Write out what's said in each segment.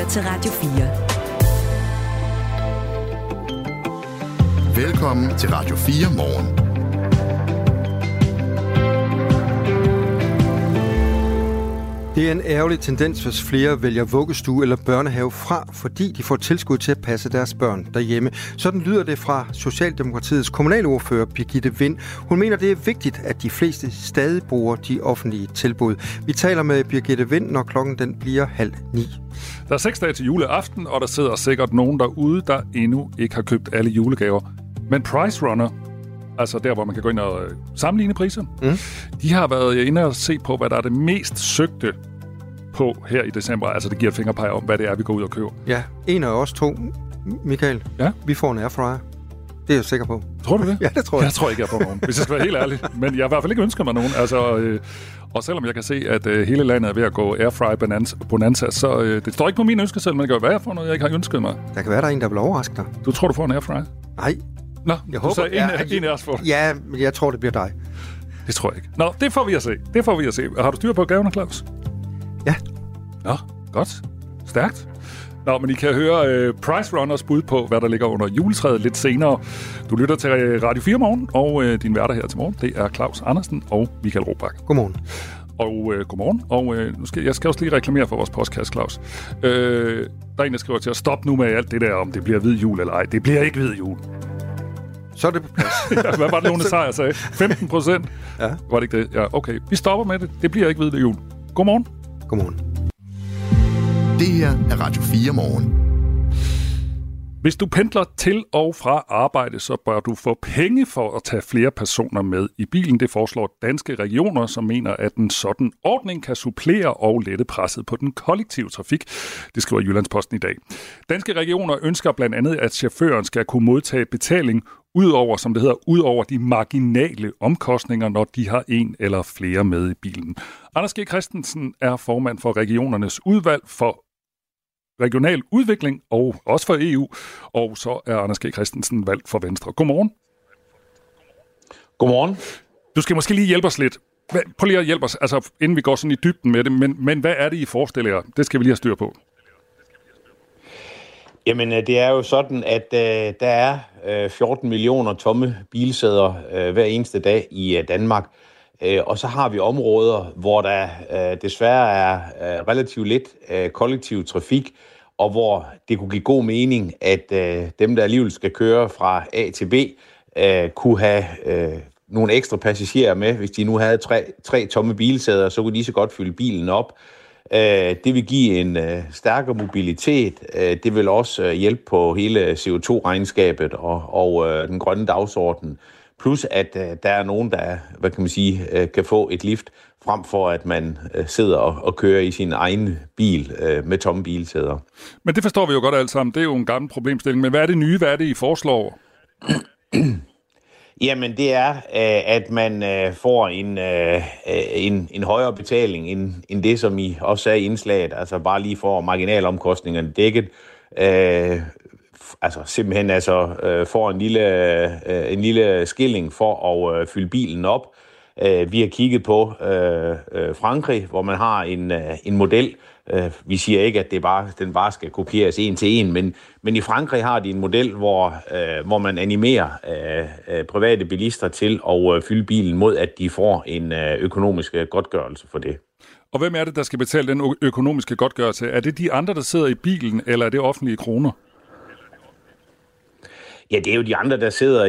lytter til Radio 4. Velkommen til Radio 4 morgen. Det er en ærgerlig tendens, hvis flere vælger vuggestue eller børnehave fra, fordi de får tilskud til at passe deres børn derhjemme. Sådan lyder det fra Socialdemokratiets kommunalordfører Birgitte Vind. Hun mener, det er vigtigt, at de fleste stadig bruger de offentlige tilbud. Vi taler med Birgitte Vind, når klokken den bliver 8:30. Der er 6 dage til juleaften, og der sidder sikkert nogen derude, der endnu ikke har købt alle julegaver. Men Price Runner, altså der, hvor man kan gå ind og sammenligne priser, de har været inde og se på, hvad der er det mest søgte på her i december. Altså det giver et fingerpeg om, hvad det er, vi går ud og køber. Ja, en af os to, Michael, vi får en airfryer. Det er jeg sikker på. Tror du det? Ja, det tror jeg. Jeg tror ikke, jeg får nogen, hvis jeg skal være helt ærlig. Men jeg har i hvert fald ikke ønsket mig nogen. Altså, og selvom jeg kan se, at hele landet er ved at gå airfry bonanza, så det står ikke på min ønskeseddel, men det kan være, jeg får noget, jeg ikke har ønsket mig. Der kan være, der er en, der vil overraske dig. Du tror, du får en airfry? Nej. Nå, jeg håber, en af os får det. Ja, men jeg tror, det bliver dig. Det tror jeg ikke. Nå, det får vi at se. Har du styr på gaverne, Claus? Ja. Nå, godt. Stærkt. Nå, men I kan høre Price Runners bud på, hvad der ligger under juletræet lidt senere. Du lytter til Radio 4 morgen, og din værter her til morgen, det er Claus Andersen og Michael Robach. Godmorgen. Og godmorgen. Og jeg skal også lige reklamere for vores podcast, Claus. Der er en, der skriver til at stoppe nu med alt det der, om det bliver hvid jul eller ej. Det bliver ikke hvid jul. Så er det på plads. Ja, hvad var det, Lone Sejer sagde? 15%? Ja. Var det ikke det? Ja, okay. Vi stopper med det. Det bliver ikke hvid jul. Godmorgen. Godmorgen. Det her er Radio 4 morgen. Hvis du pendler til og fra arbejde, så bør du få penge for at tage flere personer med i bilen. Det foreslår Danske Regioner, som mener, at en sådan ordning kan supplere og lette presset på den kollektive trafik. Det skriver Jyllandsposten i dag. Danske Regioner ønsker blandt andet, at chaufføren skal kunne modtage betaling udover de marginale omkostninger, når de har en eller flere med i bilen. Anders G. Christensen er formand for regionernes udvalg for regional udvikling og også for EU, og så er Anders G. Christensen valgt for Venstre. Godmorgen. Godmorgen. Du skal måske lige hjælpe os lidt. Prøv lige at hjælpe os, altså, inden vi går sådan i dybden med det, men hvad er det, I forestiller jer? Det skal vi lige have styr på. Jamen, det er jo sådan, at der er 14 millioner tomme bilsæder hver eneste dag i Danmark. Og så har vi områder, hvor der desværre er relativt lidt kollektiv trafik, og hvor det kunne give god mening, at dem, der alligevel skal køre fra A til B, kunne have nogle ekstra passagerer med. Hvis de nu havde tre tomme bilsæder, så kunne de så godt fylde bilen op. Det vil give en stærkere mobilitet. Det vil også hjælpe på hele CO2-regnskabet og den grønne dagsorden. Plus at der er nogen, der kan få et lift, frem for at man sidder og kører i sin egen bil med tomme bilsæder. Men det forstår vi jo godt alle sammen. Det er jo en gammel problemstilling. Men hvad er det nye? Hvad er det, I foreslår? Jamen, det er, at man får en højere betaling end det, som I også sagde i indslaget. Altså bare lige for marginalomkostningerne dækket. Simpelthen får en lille skilling for at fylde bilen op. Vi har kigget på Frankrig, hvor man har en model. Vi siger ikke, at den bare skal kopieres en til en, men i Frankrig har de en model, hvor man animerer private bilister til at fylde bilen mod, at de får en økonomisk godtgørelse for det. Og hvem er det, der skal betale den økonomiske godtgørelse? Er det de andre, der sidder i bilen, eller er det offentlige kroner? Ja, det er jo de andre, der sidder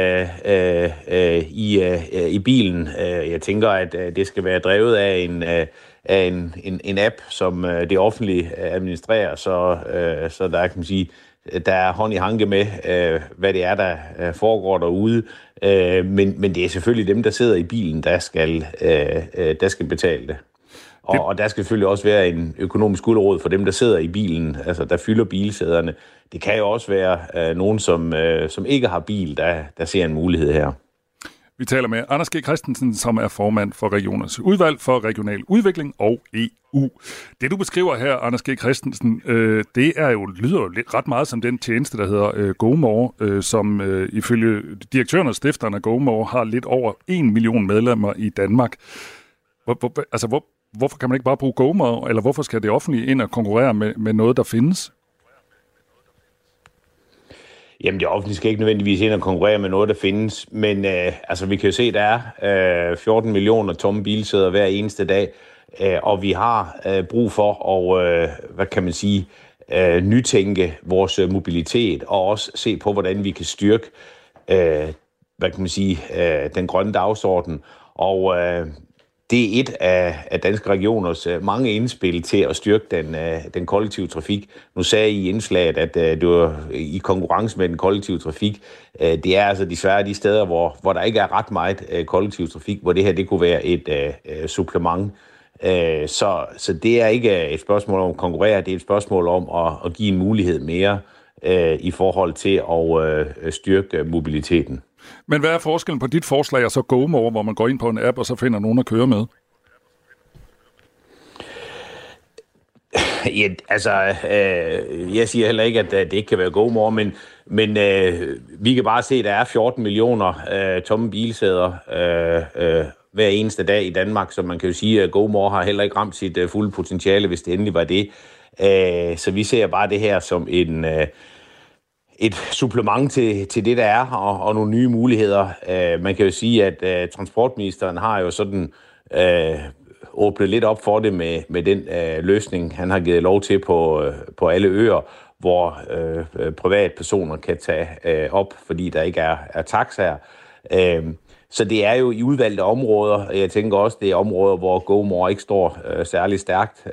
i bilen. Jeg tænker, at det skal være drevet af en app, som det offentlige administrerer, så der kan man sige, der er hånd i hanke med, hvad det er, der foregår derude. Men det er selvfølgelig dem, der sidder i bilen, der skal betale det. Og der skal selvfølgelig også være en økonomisk gulerod for dem, der sidder i bilen, altså der fylder bilsæderne. Det kan jo også være nogen, som ikke har bil, der ser en mulighed her. Vi taler med Anders G. Christensen, som er formand for regionernes udvalg for regional udvikling og EU. Det du beskriver her, Anders G. Christensen, det lyder jo ret meget som den tjeneste, der hedder GoMore, som ifølge direktøren og stifteren af GoMore har lidt over 1 million medlemmer i Danmark. hvorfor kan man ikke bare bruge GoMore, eller hvorfor skal det offentlige ind og konkurrere med noget, der findes? Jamen, det offentlige skal ikke nødvendigvis ind og konkurrere med noget, der findes, men vi kan jo se, at der er 14 millioner tomme bilsæder hver eneste dag, og vi har brug for at, nytænke vores mobilitet, og også se på, hvordan vi kan styrke, den grønne dagsorden. Og det er et af Danske Regioners mange indspil til at styrke den kollektive trafik. Nu sagde I i indslaget, at det var i konkurrence med den kollektive trafik. Det er altså desværre de steder, hvor der ikke er ret meget kollektiv trafik, hvor det her det kunne være et supplement. Så det er ikke et spørgsmål om at konkurrere, det er et spørgsmål om at give en mulighed mere i forhold til at styrke mobiliteten. Men hvad er forskellen på dit forslag og så GoMore, hvor man går ind på en app og så finder nogen at køre med? Ja, jeg siger heller ikke, at det ikke kan være GoMore, men vi kan bare se, at der er 14 millioner tomme bilsæder hver eneste dag i Danmark, så man kan jo sige, at GoMore har heller ikke ramt sit fulde potentiale, hvis det endelig var det. Så vi ser bare det her som et supplement til det, der er, og nogle nye muligheder. Man kan jo sige, at transportministeren har jo sådan åbnet lidt op for det med den løsning, han har givet lov til på alle øer, hvor privatpersoner kan tage op, fordi der ikke er taxaer. Så det er jo i udvalgte områder. Jeg tænker også, det er områder, hvor GoMore ikke står særlig stærkt.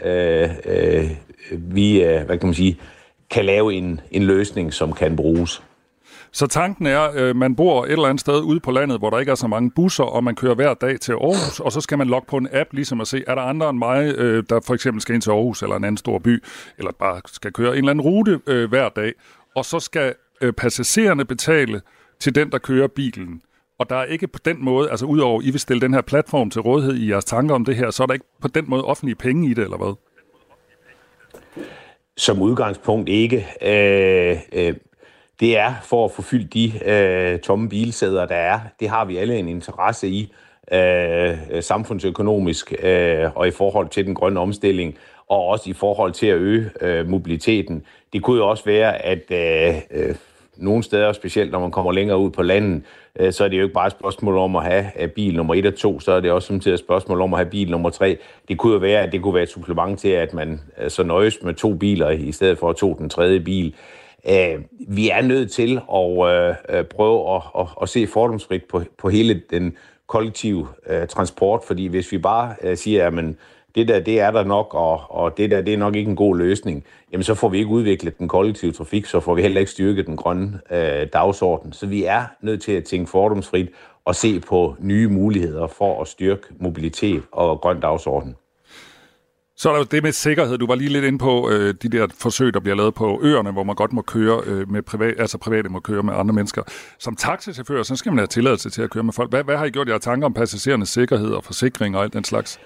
Vi kan lave en løsning, som kan bruges. Så tanken er, at man bor et eller andet sted ude på landet, hvor der ikke er så mange busser, og man kører hver dag til Aarhus, og så skal man logge på en app, ligesom at se, er der andre end mig, der for eksempel skal ind til Aarhus eller en anden stor by, eller bare skal køre en eller anden rute hver dag, og så skal passagererne betale til den, der kører bilen. Og der er ikke på den måde, altså udover, I vil stille den her platform til rådighed i jeres tanker om det her, så er der ikke på den måde offentlige penge i det, eller hvad? Som udgangspunkt ikke. Det er for at få fyldt de tomme bilsæder, der er. Det har vi alle en interesse i, samfundsøkonomisk og i forhold til den grønne omstilling, og også i forhold til at øge mobiliteten. Det kunne jo også være, at nogle steder, specielt når man kommer længere ud på landet, så er det jo ikke bare et spørgsmål om at have bil nummer 1 og 2, så er det også samtidig et spørgsmål om at have bil nummer 3. Det kunne jo være, at det kunne være et supplement til, at man så nøjes med 2 biler, i stedet for at 2 den tredje bil. Vi er nødt til at prøve at se fordomsfrit på hele den kollektive transport, fordi hvis vi bare siger, at det der, det er der nok, og det der, det er nok ikke en god løsning, jamen så får vi ikke udviklet den kollektive trafik, så får vi heller ikke styrket den grønne dagsorden. Så vi er nødt til at tænke fordomsfrit og se på nye muligheder for at styrke mobilitet og grøn dagsorden. Så er der jo det med sikkerhed. Du var lige lidt inde på de der forsøg, der bliver lavet på øerne, hvor man godt må køre med private må køre med andre mennesker. Som taxichauffør, så skal man have tilladelse til at køre med folk. Hvad har I gjort jer tanker om passagerernes sikkerhed og forsikring og alt den slags?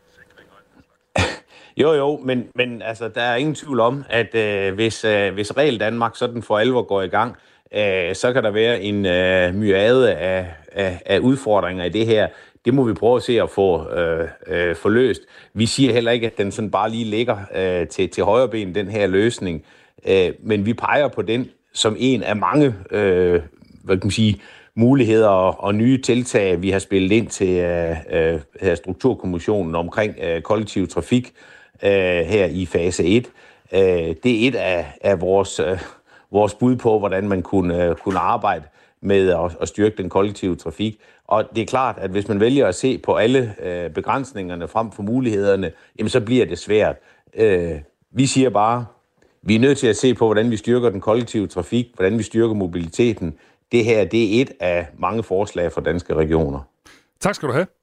Jo, men altså, der er ingen tvivl om, at hvis Regel Danmark sådan for alvor går i gang, så kan der være en myriade af udfordringer i det her. Det må vi prøve at se at få løst. Vi siger heller ikke, at den sådan bare lige ligger til højre ben, den her løsning. Men vi peger på den som en af mange muligheder og nye tiltag, vi har spillet ind til Strukturkommissionen omkring kollektiv trafik her i fase 1. Det er et af vores bud på, hvordan man kunne arbejde med at styrke den kollektive trafik. Og det er klart, at hvis man vælger at se på alle begrænsningerne frem for mulighederne, jamen så bliver det svært. Vi siger bare, vi er nødt til at se på, hvordan vi styrker den kollektive trafik, hvordan vi styrker mobiliteten. Det her, det er et af mange forslag fra Danske Regioner. Tak skal du have.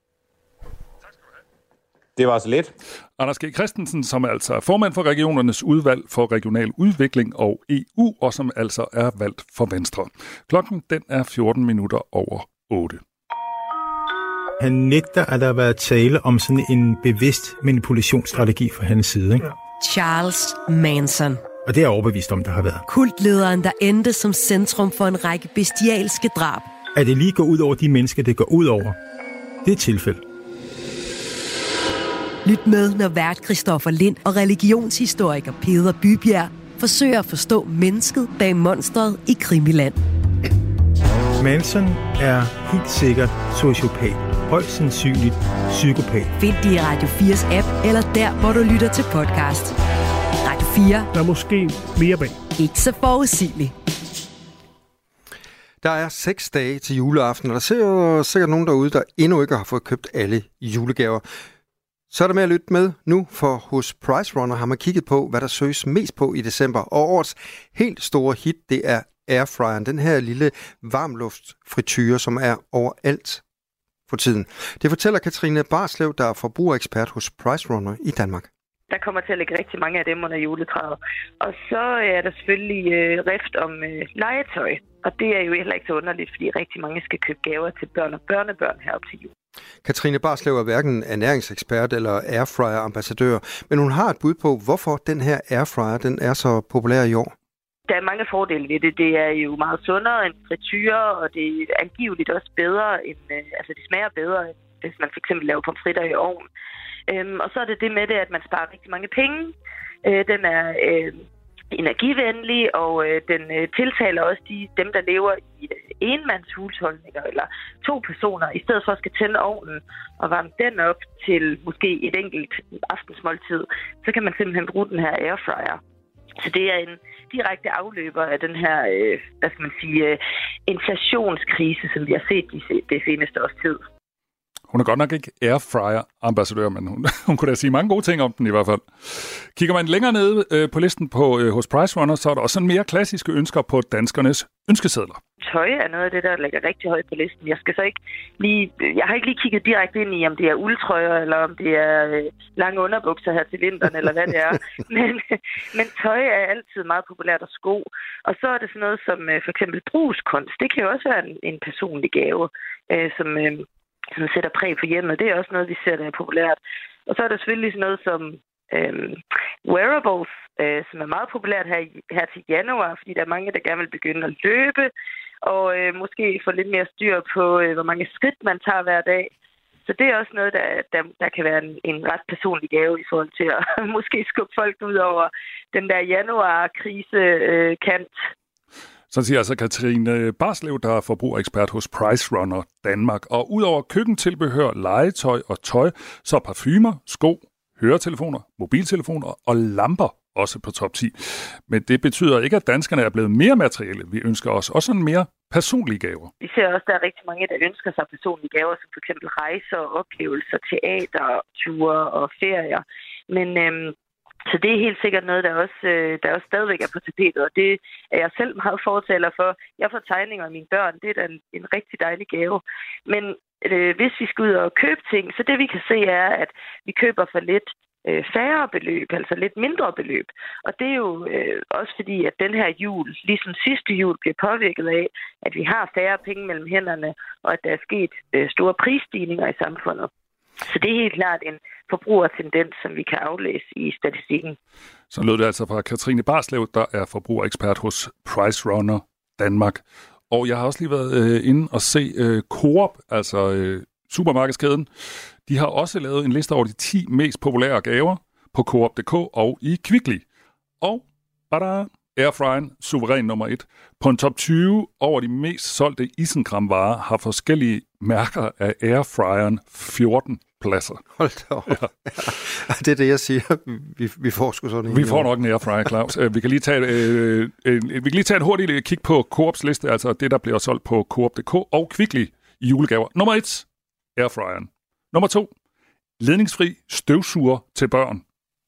Det var så lidt. Anders G. Christensen, som altså er formand for regionernes udvalg for regional udvikling og EU, og som altså er valgt for Venstre. Klokken den er 14 minutter over 8. Han nægter, at der har været tale om sådan en bevidst manipulationsstrategi fra hans side. Ikke? Charles Manson. Og det er jeg overbevist om, der har været. Kultlederen, der endte som centrum for en række bestialske drab. At det lige går ud over de mennesker, det går ud over, det er et tilfælde. Lyt med, når vært Christoffer Lind og religionshistoriker Peder Bybjerg forsøger at forstå mennesket bag monstret i Krimiland. Manson er helt sikkert sociopat. Højst sandsynligt psykopat. Find det i Radio 4's app, eller der, hvor du lytter til podcast. Radio 4. Der er måske mere bag. Ikke så forudsigeligt. Der er 6 dage til juleaften, og der ser sikkert nogen derude, der endnu ikke har fået købt alle julegaver. Så er der med at lytte med nu, for hos Price Runner har man kigget på, hvad der søges mest på i december. Og årets helt store hit, det er airfryeren, den her lille varmluftsfrityre, som er overalt for tiden. Det fortæller Katrine Barslev, der er forbrugerekspert hos Price Runner i Danmark. Der kommer til at ligge rigtig mange af dem under juletræet. Og så er der selvfølgelig rift om legetøj. Og det er jo heller ikke så underligt, fordi rigtig mange skal købe gaver til børn og børnebørn herop til jul. Katrine Barslev er hverken ernæringsekspert eller airfryer-ambassadør, men hun har et bud på, hvorfor den her airfryer den er så populær i år. Der er mange fordele ved det. Det er jo meget sundere end frityre, og det er angiveligt også bedre end, det smager bedre, end hvis man for eksempel laver pomfritter i ovnen. Og så er det med det, at man sparer rigtig mange penge. Den er energivenlig, og den tiltaler også dem, der lever i enmandshusholdninger eller 2 personer, i stedet for at skal tænde ovnen og varme den op til måske et enkelt aftensmåltid, så kan man simpelthen bruge den her airfryer. Så det er en direkte afløber af den her, inflationskrise, som vi har set det seneste års tid. Hun er godt nok ikke airfryer-ambassadør, men hun kunne da sige mange gode ting om den i hvert fald. Kigger man længere nede på listen hos Price Runner, så er der også sådan mere klassiske ønsker på danskernes ønskesedler. Tøj er noget af det, der ligger rigtig højt på listen. Jeg har ikke lige kigget direkte ind i, om det er uldtrøjer, eller om det er lange underbukser her til vinteren, eller hvad det er. Men tøj er altid meget populært, og sko. Og så er det sådan noget som for eksempel brugskunst. Det kan jo også være en personlig gave, som sætter præg på hjemmet. Det er også noget, vi ser, der er populært. Og så er der selvfølgelig sådan noget som wearables, som er meget populært her til januar, fordi der er mange, der gerne vil begynde at løbe, og måske få lidt mere styr på, hvor mange skridt man tager hver dag. Så det er også noget, der kan være en ret personlig gave i forhold til at måske skubbe folk ud over den der januar-krise-kant. Så siger altså Katrine Barslev, der er forbrugerekspert hos Price Runner Danmark. Og udover køkkentilbehør, legetøj og tøj, så parfumer, sko, høretelefoner, mobiltelefoner og lamper også på top 10. Men det betyder ikke, at danskerne er blevet mere materielle. Vi ønsker os også en mere personlige gaver. Vi ser også, at der er rigtig mange, der ønsker sig personlige gaver, som f.eks. rejser, oplevelser, teater, ture og ferier. Men så det er helt sikkert noget, der også stadigvæk er på tapetet, og det er jeg selv meget fortaler for. Jeg får tegninger af mine børn, det er da en rigtig dejlig gave. Men hvis vi skal ud og købe ting, så det vi kan se er, at vi køber for lidt færre beløb, altså lidt mindre beløb. Og det er jo også fordi, at den her jul, ligesom sidste jul, bliver påvirket af, at vi har færre penge mellem hænderne, og at der er sket store prisstigninger i samfundet. Så det er helt klart en forbrugertendens, som vi kan aflæse i statistikken. Så lød det altså fra Katrine Barslev, der er forbrugerekspert hos Price Runner Danmark. Og jeg har også lige været inde og se Coop, altså supermarkedskæden. De har også lavet en liste over de 10 mest populære gaver på Coop.dk og i Kvickly. Og airfryeren suveræn nummer 1. På en top 20 over de mest solgte isenkram-varer har forskellige mærker af airfryeren 14 pladser. Hold da op. Ja. Det er det, jeg siger. Vi får sgu sådan en. Vi får nok en airfryer, Claus. Vi kan lige tage et hurtigt kig på Coops liste, altså det, der bliver solgt på Coop.dk og Kvickly i julegaver. Nummer 1, airfryeren. Nummer 2, ledningsfri støvsuger til børn.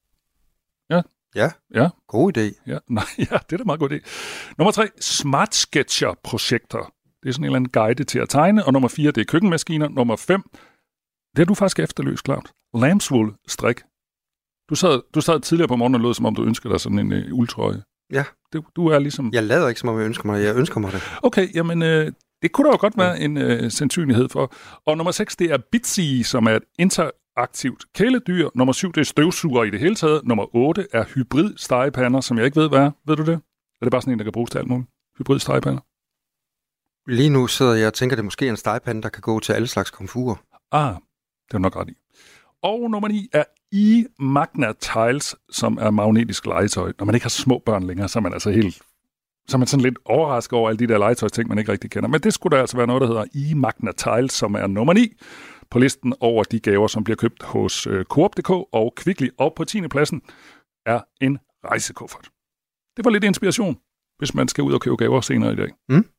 Ja. God idé. Ja, det er da meget god idé. Nummer 3, Smart Sketcher-projekter. Det er sådan en eller anden guide til at tegne. Og nummer 4, det er køkkenmaskiner. Nummer 5, det har du faktisk efterløst, Claus. Lambswool strik. Du sad tidligere på morgenen og lød, som om du ønskede dig sådan en uldtrøje. Ja. Du er ligesom... Jeg lader ikke, som om jeg ønsker mig det. Jeg ønsker mig det. Okay, jamen det kunne der jo godt være en sandsynlighed for. Og nummer 6, det er Bitsy, som er et interaktivt kæledyr. Nummer 7, det er støvsuger i det hele taget. Nummer 8 er hybrid stegepander, som jeg ikke ved, hvad er. Ved du det? Er det bare sådan en, der kan bruges til alt muligt? Hybrid stegepander? Lige nu sidder jeg og tænker, det måske er en stegepande, der kan gå til alle slags komfurer. Det er nok ret i. Og nummer 9 er Magna Tiles, som er magnetisk legetøj. Når man ikke har små børn længere, så er man så er man sådan lidt overrasket over alle de der legetøjsting, man ikke rigtig kender. Men det skulle der altså være noget, der hedder Magna Tiles, som er nummer 9 på listen over de gaver, som bliver købt hos Coop.dk og Kvickly. Og på 10. pladsen er en rejsekuffert. Det var lidt inspiration, hvis man skal ud og købe gaver senere i dag.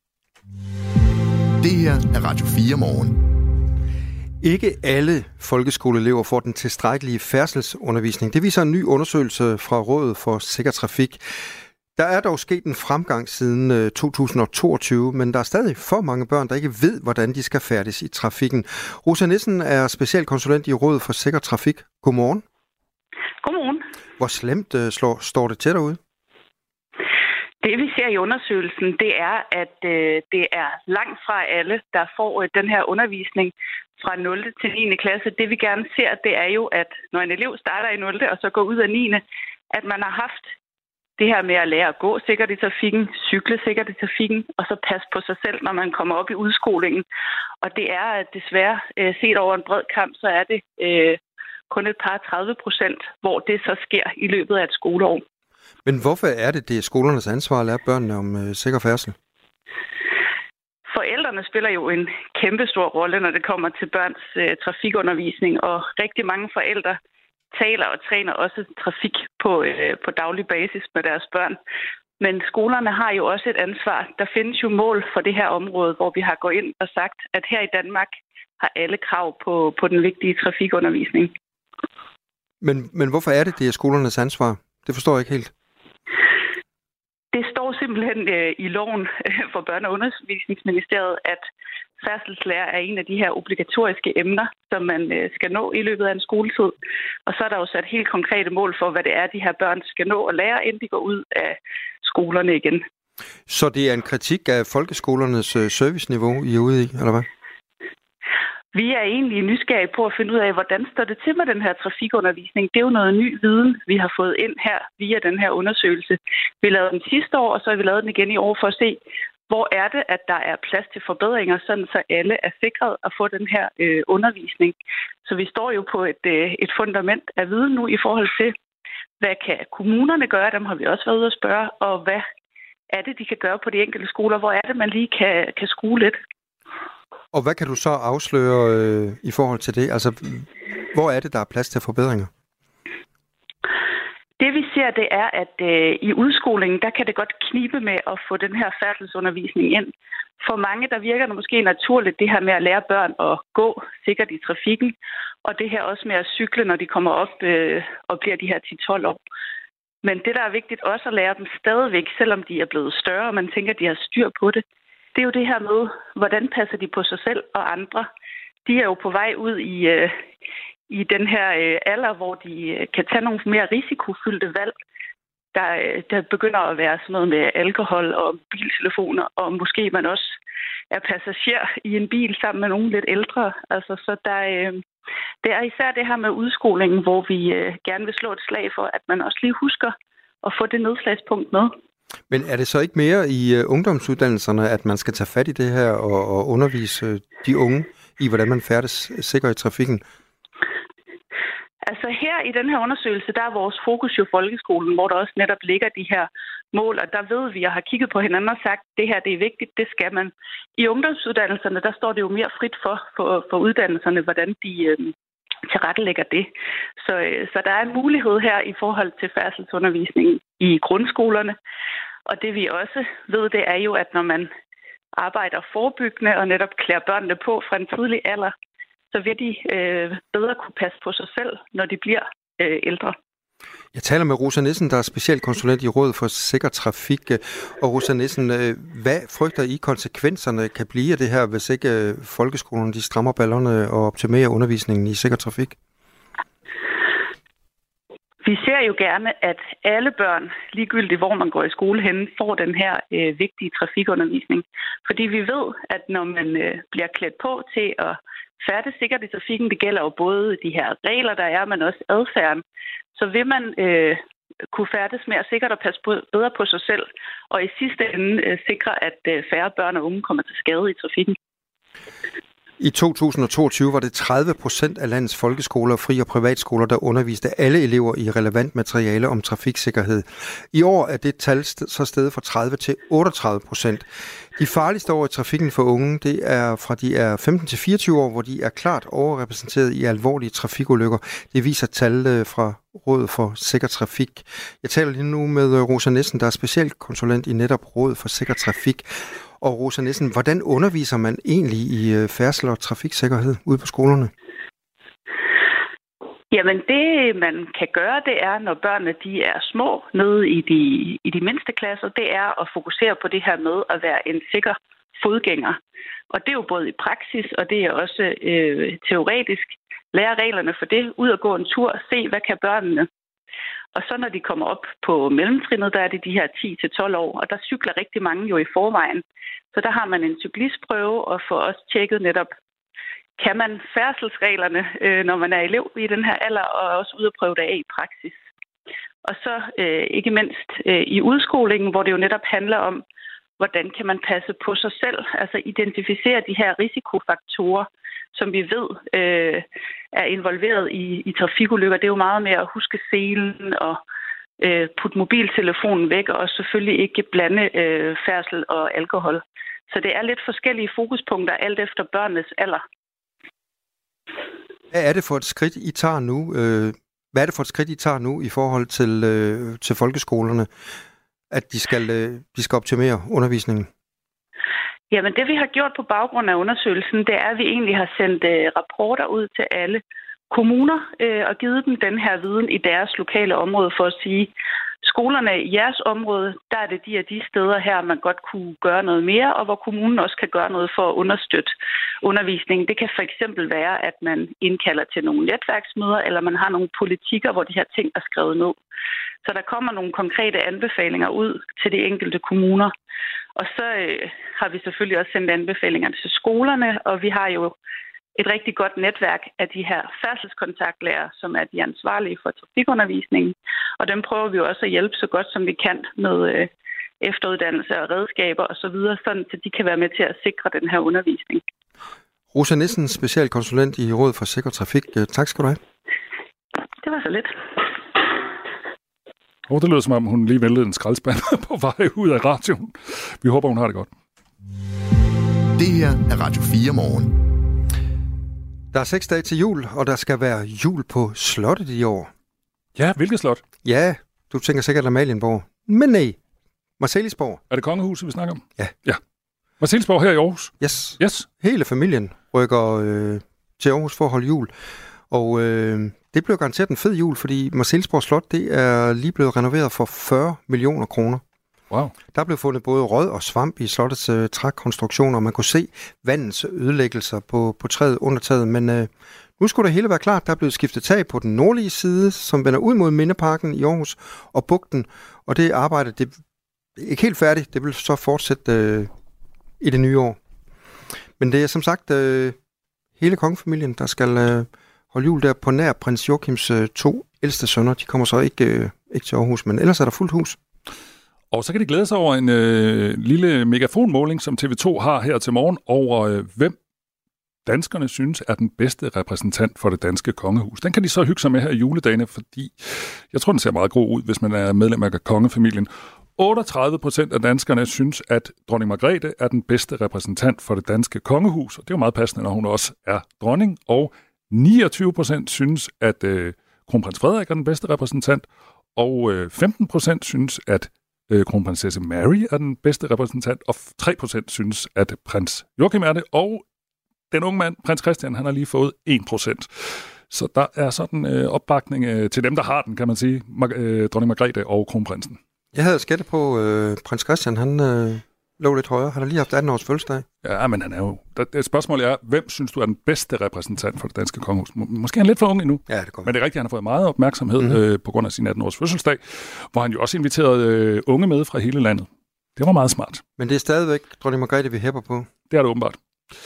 Det her er Radio 4 morgen. Ikke alle folkeskoleelever får den tilstrækkelige færdselsundervisning. Det viser en ny undersøgelse fra Rådet for Sikker Trafik. Der er dog sket en fremgang siden 2022, men der er stadig for mange børn, der ikke ved, hvordan de skal færdes i trafikken. Rosa Nissen er specialkonsulent i Rådet for Sikker Trafik. Godmorgen. Godmorgen. Hvor slemt står det til derude? Det vi ser i undersøgelsen, det er, at det er langt fra alle, der får den her undervisning fra 0. til 9. klasse. Det vi gerne ser, det er jo, at når en elev starter i 0. og så går ud af 9. at man har haft det her med at lære at gå sikkert i trafikken, cykle sikkert i trafikken, og så passe på sig selv, når man kommer op i udskolingen. Og det er desværre set over en bred kamp, så er det kun et par 30%, hvor det så sker i løbet af et skoleår. Men hvorfor er det er skolernes ansvar at lære børnene om sikker færdsel? Forældrene spiller jo en kæmpe stor rolle, når det kommer til børns trafikundervisning, og rigtig mange forældre taler og træner også trafik på daglig basis med deres børn. Men skolerne har jo også et ansvar. Der findes jo mål for det her område, hvor vi har gået ind og sagt, at her i Danmark har alle krav på den vigtige trafikundervisning. Men hvorfor er det er skolernes ansvar? Det forstår jeg ikke helt. Det står simpelthen i loven for Børne- og Undervisningsministeriet, at færdselslære er en af de her obligatoriske emner, som man skal nå i løbet af en skoletid. Og så er der jo sat helt konkrete mål for, hvad det er, de her børn skal nå at lære, inden de går ud af skolerne igen. Så det er en kritik af folkeskolernes serviceniveau, I er ude i, eller hvad? Vi er egentlig nysgerrige på at finde ud af, hvordan står det til med den her trafikundervisning. Det er jo noget ny viden, vi har fået ind her via den her undersøgelse. Vi lavede den sidste år, og så har vi lavet den igen i år for at se, hvor er det, at der er plads til forbedringer, sådan så alle er sikret at få den her undervisning. Så vi står jo på et fundament af viden nu i forhold til, hvad kan kommunerne gøre? Dem har vi også været ude at spørge. Og hvad er det, de kan gøre på de enkelte skoler? Hvor er det, man lige kan skrue lidt? Og hvad kan du så afsløre i forhold til det? Altså, hvor er det, der er plads til forbedringer? Det vi ser, det er, at i udskolingen, der kan det godt knibe med at få den her færdselsundervisning ind. For mange, der virker det måske naturligt, det her med at lære børn at gå sikkert i trafikken, og det her også med at cykle, når de kommer op og bliver de her 10-12 år. Men det, der er vigtigt også at lære dem stadigvæk, selvom de er blevet større, og man tænker, at de har styr på det, det er jo det her med, hvordan passer de på sig selv og andre. De er jo på vej ud i den her alder, hvor de kan tage nogle mere risikofyldte valg. Der begynder at være sådan noget med alkohol og mobiltelefoner, og måske man også er passager i en bil sammen med nogle lidt ældre. Altså, så det er især det her med udskolingen, hvor vi gerne vil slå et slag for, at man også lige husker at få det nedslagspunkt med. Men er det så ikke mere i ungdomsuddannelserne, at man skal tage fat i det her og undervise de unge i, hvordan man færdes sikkert i trafikken? Altså her i den her undersøgelse, der er vores fokus jo folkeskolen, hvor der også netop ligger de her mål, og der ved vi, og har kigget på hinanden og sagt, at det her det er vigtigt, det skal man. I ungdomsuddannelserne, der står det jo mere frit for uddannelserne, hvordan de tilrettelægger det. Så der er en mulighed her i forhold til færdselsundervisningen i grundskolerne, og det vi også ved, det er jo, at når man arbejder forebyggende og netop klæder børnene på fra en tidlig alder, så vil de bedre kunne passe på sig selv, når de bliver ældre. Jeg taler med Rosa Nissen, der er specialkonsulent i Rådet for Sikker Trafik. Og Rosa Nissen, hvad frygter I konsekvenserne kan blive af det her, hvis ikke folkeskolerne de strammer ballerne og optimerer undervisningen i sikker trafik? Vi ser jo gerne, at alle børn, ligegyldigt hvor man går i skole henne, får den her vigtige trafikundervisning. Fordi vi ved, at når man bliver klædt på til at færdes sikkert i trafikken, det gælder jo både de her regler, der er, men også adfærden, så vil man kunne færdes mere sikkert og passe bedre på sig selv, og i sidste ende sikre, at færre børn og unge kommer til skade i trafikken. I 2022 var det 30% af landets folkeskoler, fri- og privatskoler, der underviste alle elever i relevant materiale om trafiksikkerhed. I år er det tal så steget fra 30 til 38%. De farligste år i trafikken for unge, det er fra de er 15 til 24 år, hvor de er klart overrepræsenteret i alvorlige trafikulykker. Det viser tal fra Rådet for Sikker Trafik. Jeg taler lige nu med Rosa Nissen, der er specialkonsulent i netop Rådet for Sikker Trafik. Og Rosa Nissen, hvordan underviser man egentlig i færdsel og trafiksikkerhed ude på skolerne? Jamen det, man kan gøre, det er, når børnene de er små nede i de mindste klasser, det er at fokusere på det her med at være en sikker fodgænger. Og det er jo både i praksis, og det er også teoretisk. Lære reglerne for det, ud og gå en tur, se hvad kan børnene. Og så når de kommer op på mellemtrinnet, der er det de her 10-12 år, og der cykler rigtig mange jo i forvejen. Så der har man en cyklistprøve og får også tjekket netop, kan man færdselsreglerne, når man er elev i den her alder, og også ud og prøve det af i praksis. Og så ikke mindst i udskolingen, hvor det jo netop handler om, hvordan kan man passe på sig selv, altså identificere de her risikofaktorer, som vi ved er involveret i trafikulykker. Det er jo meget med at huske selen og putte mobiltelefonen væk, og selvfølgelig ikke blande færdsel og alkohol. Så det er lidt forskellige fokuspunkter, alt efter børnenes alder. Hvad er det for et skridt, I tager nu? Hvad er det for et skridt, I tager nu i forhold til folkeskolerne, at de skal optimere undervisningen? Jamen det vi har gjort på baggrund af undersøgelsen, det er, at vi egentlig har sendt rapporter ud til alle kommuner og givet dem den her viden i deres lokale område for at sige, skolerne i jeres område, der er det de steder her, man godt kunne gøre noget mere, og hvor kommunen også kan gøre noget for at understøtte undervisningen. Det kan for eksempel være, at man indkalder til nogle netværksmøder, eller man har nogle politikker, hvor de her ting er skrevet ned. Så der kommer nogle konkrete anbefalinger ud til de enkelte kommuner. Og så har vi selvfølgelig også sendt anbefalinger til skolerne, og vi har jo et rigtig godt netværk af de her færdselskontaktlærer, som er de ansvarlige for trafikundervisningen. Og dem prøver vi jo også at hjælpe så godt, som vi kan med efteruddannelse og redskaber osv., sådan så de kan være med til at sikre den her undervisning. Rosa Nissen, specialkonsulent i Rådet for Sikker Trafik. Tak skal du have. Det var så lidt. Det lyder som om, hun lige væltede en skraldespand på vej ud af radioen. Vi håber, hun har det godt. Det her er Radio 4 morgen. Der er 6 dage til jul, og der skal være jul på slottet i år. Ja, hvilket slot? Ja, du tænker sikkert Amalienborg. Men nej, Marselisborg. Er det kongehuset, vi snakker om? Ja. Marselisborg her i Aarhus? Yes. Hele familien rykker til Aarhus for at holde jul. Og det blev garanteret en fed jul, fordi Marselisborg Slot, det er lige blevet renoveret for 40 millioner kroner. Wow. Der blev fundet både rød og svamp i slottets trækonstruktioner, og man kunne se vandets ødelæggelser på træet under taget. Men nu skulle det hele være klart. Der er blevet skiftet tag på den nordlige side, som vender ud mod Mindeparken i Aarhus og bugten. Og det arbejde, det er ikke helt færdigt. Det vil så fortsætte i det nye år. Men det er som sagt hele kongefamilien, der skal holde jul der på nær prins Joachims 2 ældste sønner. De kommer så ikke til Aarhus, men ellers er der fuldt hus. Og så kan de glæde sig over en lille megafonmåling, som TV2 har her til morgen, over hvem danskerne synes er den bedste repræsentant for det danske kongehus. Den kan de så hygge sig med her i juledagene, fordi jeg tror, den ser meget god ud, hvis man er medlem af kongefamilien. 38% af danskerne synes, at dronning Margrethe er den bedste repræsentant for det danske kongehus, og det er jo meget passende, når hun også er dronning. Og 29% synes, at kronprins Frederik er den bedste repræsentant, og 15% synes, at kronprinsesse Mary er den bedste repræsentant, og 3% synes, at prins Joachim er det, og den unge mand, prins Christian, han har lige fået 1%. Så der er sådan opbakning til dem, der har den, kan man sige, dronning Margrethe og kronprinsen. Jeg havde skættet på prins Christian, han lå lidt højere. Han har lige haft 18 års fødselsdag. Ja, men han er jo... Spørgsmålet er, hvem synes du er den bedste repræsentant for det danske kongehus? Måske er han lidt for ung endnu. Ja, det kommer. Men det er rigtigt, han har fået meget opmærksomhed på grund af sin 18 års fødselsdag, hvor han jo også inviterede unge med fra hele landet. Det var meget smart. Men det er stadigvæk dronning Margrethe, vi hæpper på. Det er det åbenbart.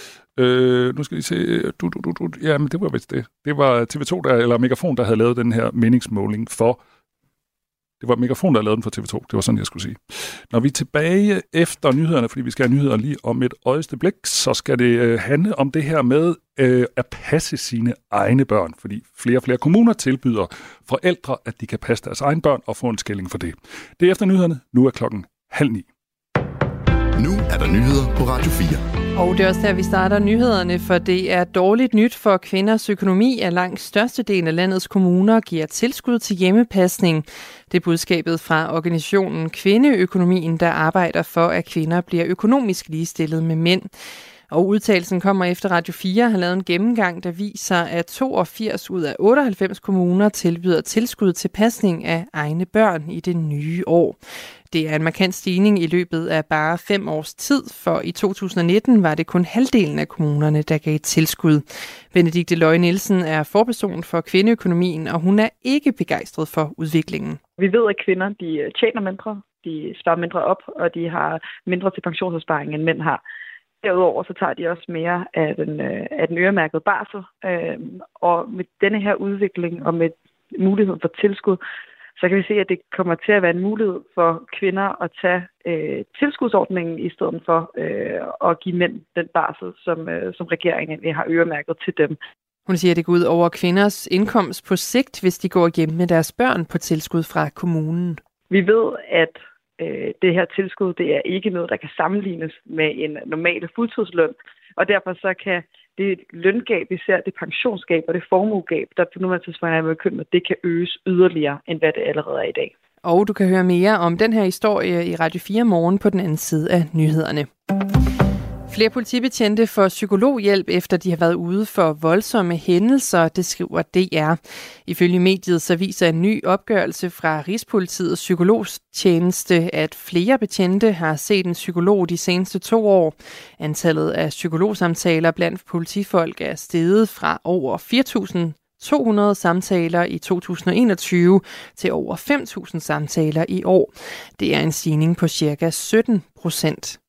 Nu skal vi se... Ja, men det var vist det. Det var TV2, eller Megafon, der havde lavet den her meningsmåling for... Det var Megafon, der lavede den for TV2. Det var sådan, jeg skulle sige. Når vi er tilbage efter nyhederne, fordi vi skal have nyheder lige om et øjeblik, så skal det handle om det her med at passe sine egne børn, fordi flere og flere kommuner tilbyder forældre, at de kan passe deres egne børn og få en skilling for det. Det er efter nyhederne. Nu er klokken 8:30. Nu er der nyheder på Radio 4. Og det er også der, vi starter nyhederne, for det er dårligt nyt for kvinders økonomi, at langt størstedelen af landets kommuner giver tilskud til hjemmepasning. Det er budskabet fra organisationen Kvindeøkonomien, der arbejder for, at kvinder bliver økonomisk ligestillet med mænd. Og udtalelsen kommer efter Radio 4 har lavet en gennemgang, der viser, at 82 ud af 98 kommuner tilbyder tilskud til pasning af egne børn i det nye år. Det er en markant stigning i løbet af bare 5 års tid, for i 2019 var det kun halvdelen af kommunerne, der gav tilskud. Benedikte Løje Nielsen er forperson for Kvindeøkonomien, og hun er ikke begejstret for udviklingen. Vi ved, at kvinder de tjener mindre, de sparer mindre op, og de har mindre til pensionsopsparing, end mænd har. Derudover så tager de også mere af den øremærkede barsel, og med denne her udvikling og med muligheden for tilskud, så kan vi se, at det kommer til at være en mulighed for kvinder at tage tilskudsordningen i stedet for at give mænd den barsel, som regeringen har øremærket til dem. Hun siger, at det går ud over kvinders indkomst på sigt, hvis de går hjem med deres børn på tilskud fra kommunen. Vi ved, at det her tilskud, det er ikke noget, der kan sammenlignes med en normal fuldtidsløn, og derfor så kan det løngab, vi ser, det pensionsgab og det formuegab, der på nuværende tidspunkt er med køn, det kan øges yderligere, end hvad det allerede er i dag. Og du kan høre mere om den her historie i Radio 4 morgen på den anden side af nyhederne. Flere politibetjente får psykologhjælp, efter de har været ude for voldsomme hændelser, det skriver DR. Ifølge mediet så viser en ny opgørelse fra Rigspolitiets psykologtjeneste, at flere betjente har set en psykolog de seneste 2 år. Antallet af psykologsamtaler blandt politifolk er steget fra over 4.200 samtaler i 2021 til over 5.000 samtaler i år. Det er en stigning på ca. 17%.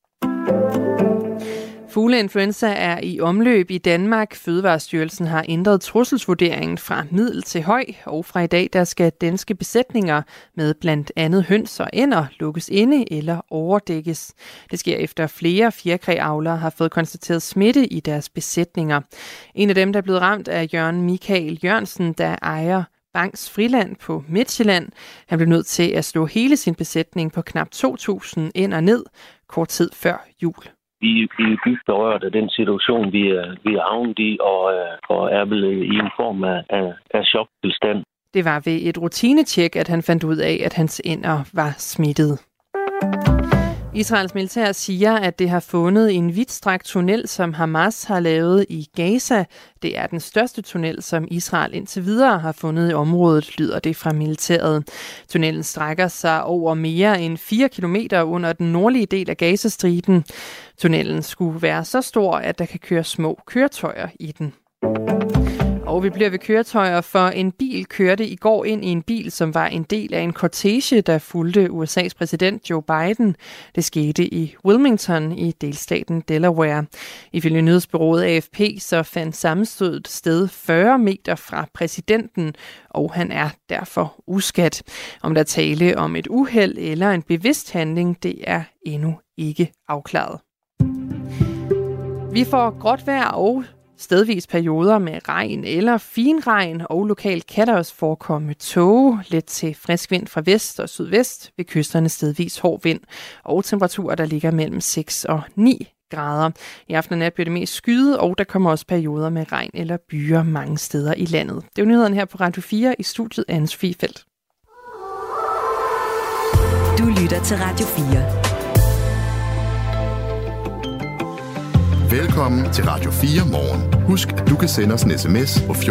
Fugleinfluenza er i omløb i Danmark. Fødevarestyrelsen har ændret trusselsvurderingen fra middel til høj, og fra i dag der skal danske besætninger med blandt andet høns og ænder lukkes inde eller overdækkes. Det sker efter flere fjerkræavlere har fået konstateret smitte i deres besætninger. En af dem, der er blevet ramt, er Jørgen Michael Jørgensen, der ejer Bangs Friland på Midtjylland. Han blev nødt til at slå hele sin besætning på knap 2.000 ænder ned kort tid før jul. Vi er dybt berørt af den situation, vi er havnet i, og er vel i en form af choktilstand. Det var ved et rutinetjek, at han fandt ud af, at hans ænder var smittet. Israels militær siger, at det har fundet en vidtstrakt tunnel, som Hamas har lavet i Gaza. Det er den største tunnel, som Israel indtil videre har fundet i området, lyder det fra militæret. Tunnelen strækker sig over mere end 4 kilometer under den nordlige del af Gazastriben. Tunnelen skulle være så stor, at der kan køre små køretøjer i den. Og vi bliver ved køretøjer, for en bil kørte i går ind i en bil, som var en del af en kortege, der fulgte USA's præsident Joe Biden. Det skete i Wilmington i delstaten Delaware. Ifølge nyhedsbureauet AFP så fandt sammenstødet sted 40 meter fra præsidenten, og han er derfor uskadt. Om der tale om et uheld eller en bevidst handling, det er endnu ikke afklaret. Vi får gråt vejr og stedvis perioder med regn eller finregn, og lokalt kan der også forekomme tåge, let til frisk vind fra vest og sydvest, ved kysterne stedvis hård vind, og temperaturer, der ligger mellem 6 og 9 grader. I aften og nat bliver det mest skyet, og der kommer også perioder med regn eller byer mange steder i landet. Det er jo nyhederne her på Radio 4 i studiet Anne-Sophie Feldt. Du lytter til Radio 4. Velkommen til Radio 4 morgen. Husk, at du kan sende os en sms på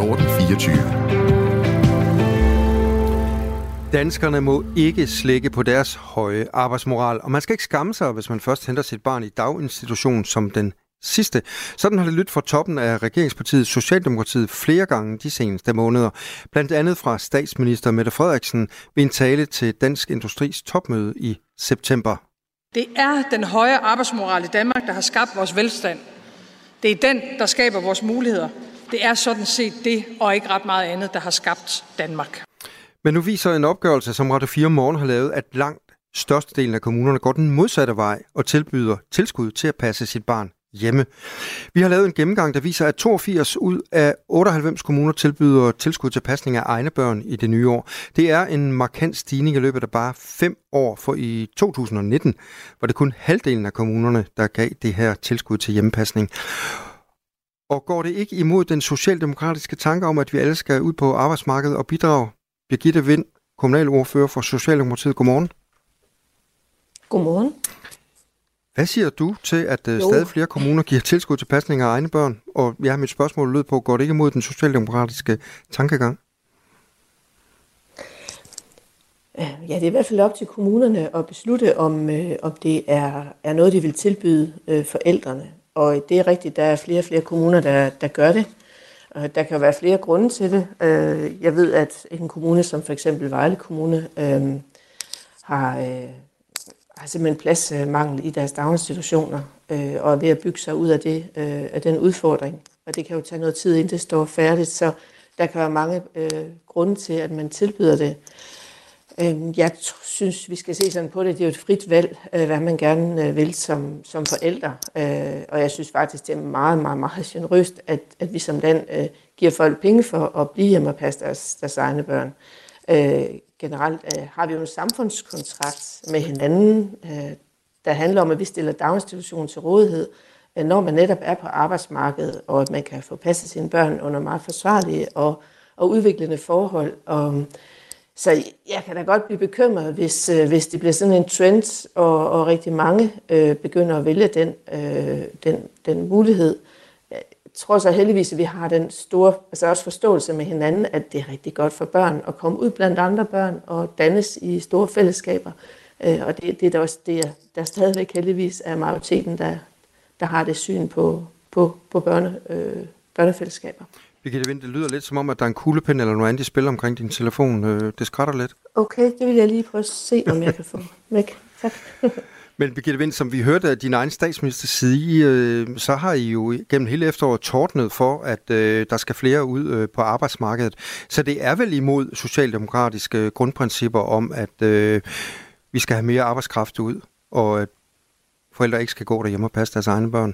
1424. Danskerne må ikke slække på deres høje arbejdsmoral, og man skal ikke skamme sig, hvis man først henter sit barn i daginstitution som den sidste. Sådan har det lyttet fra toppen af regeringspartiet Socialdemokratiet flere gange de seneste måneder. Blandt andet fra statsminister Mette Frederiksen ved en tale til Dansk Industris topmøde i september. Det er den høje arbejdsmoral i Danmark, der har skabt vores velstand. Det er den, der skaber vores muligheder. Det er sådan set det, og ikke ret meget andet, der har skabt Danmark. Men nu viser en opgørelse, som Radio 4 Morgen har lavet, at langt størstedelen af kommunerne går den modsatte vej og tilbyder tilskud til at passe sit barn hjemme. Vi har lavet en gennemgang, der viser, at 82 ud af 98 kommuner tilbyder tilskud til pasning af egne børn i det nye år. Det er en markant stigning i løbet af bare 5 år, for i 2019 var det kun halvdelen af kommunerne, der gav det her tilskud til hjemmepasning. Og går det ikke imod den socialdemokratiske tanke om, at vi alle skal ud på arbejdsmarkedet og bidrage? Birgitte Vind, kommunalordfører for Socialdemokratiet. Godmorgen. Godmorgen. Hvad siger du til, at stadig flere kommuner giver tilskud til pasning af egne børn? Og mit spørgsmål lød på, går det ikke imod den socialdemokratiske tankegang? Ja, det er i hvert fald op til kommunerne at beslutte, om det er noget, de vil tilbyde forældrene. Og det er rigtigt, der er flere og flere kommuner, der gør det. Der kan være flere grunde til det. Jeg ved, at en kommune som for eksempel Vejle Kommune har simpelthen pladsmangel i deres daginstitutioner og er ved at bygge sig ud af af den udfordring. Og det kan jo tage noget tid, inden det står færdigt, så der kan være mange grunde til, at man tilbyder det. Jeg synes, vi skal se sådan på det. Det er jo et frit valg, hvad man gerne vil som forældre. Og jeg synes faktisk, det er meget, meget, meget generøst, at vi som land giver folk penge for at blive hjemme og passe deres egne børn. Generelt har vi jo en samfundskontrakt med hinanden, der handler om, at vi stiller daginstitutionen til rådighed, når man netop er på arbejdsmarkedet, og at man kan få passet sine børn under meget forsvarlige og udviklende forhold. Så jeg kan da godt blive bekymret, hvis det bliver sådan en trend, og rigtig mange begynder at vælge den mulighed. Jeg tror så heldigvis, at vi har den store, altså også forståelse med hinanden, at det er rigtig godt for børn at komme ud blandt andre børn og dannes i store fællesskaber. Og det er da også det, der stadigvæk heldigvis er majoriteten, der har det syn på børnefællesskaber. Birgitte Vind, det lyder lidt som om, at der er en kuglepen eller noget andet, de spiller omkring din telefon. Det skrætter lidt. Okay, det vil jeg lige prøve at se, om jeg kan få væk. Tak. Men Birgitte Vind, som vi hørte af din egen statsminister sige, så har I jo gennem hele efteråret tordnet for, at der skal flere ud på arbejdsmarkedet. Så det er vel imod socialdemokratiske grundprincipper om, at vi skal have mere arbejdskraft ud, og at forældre ikke skal gå derhjemme og passe deres egne børn?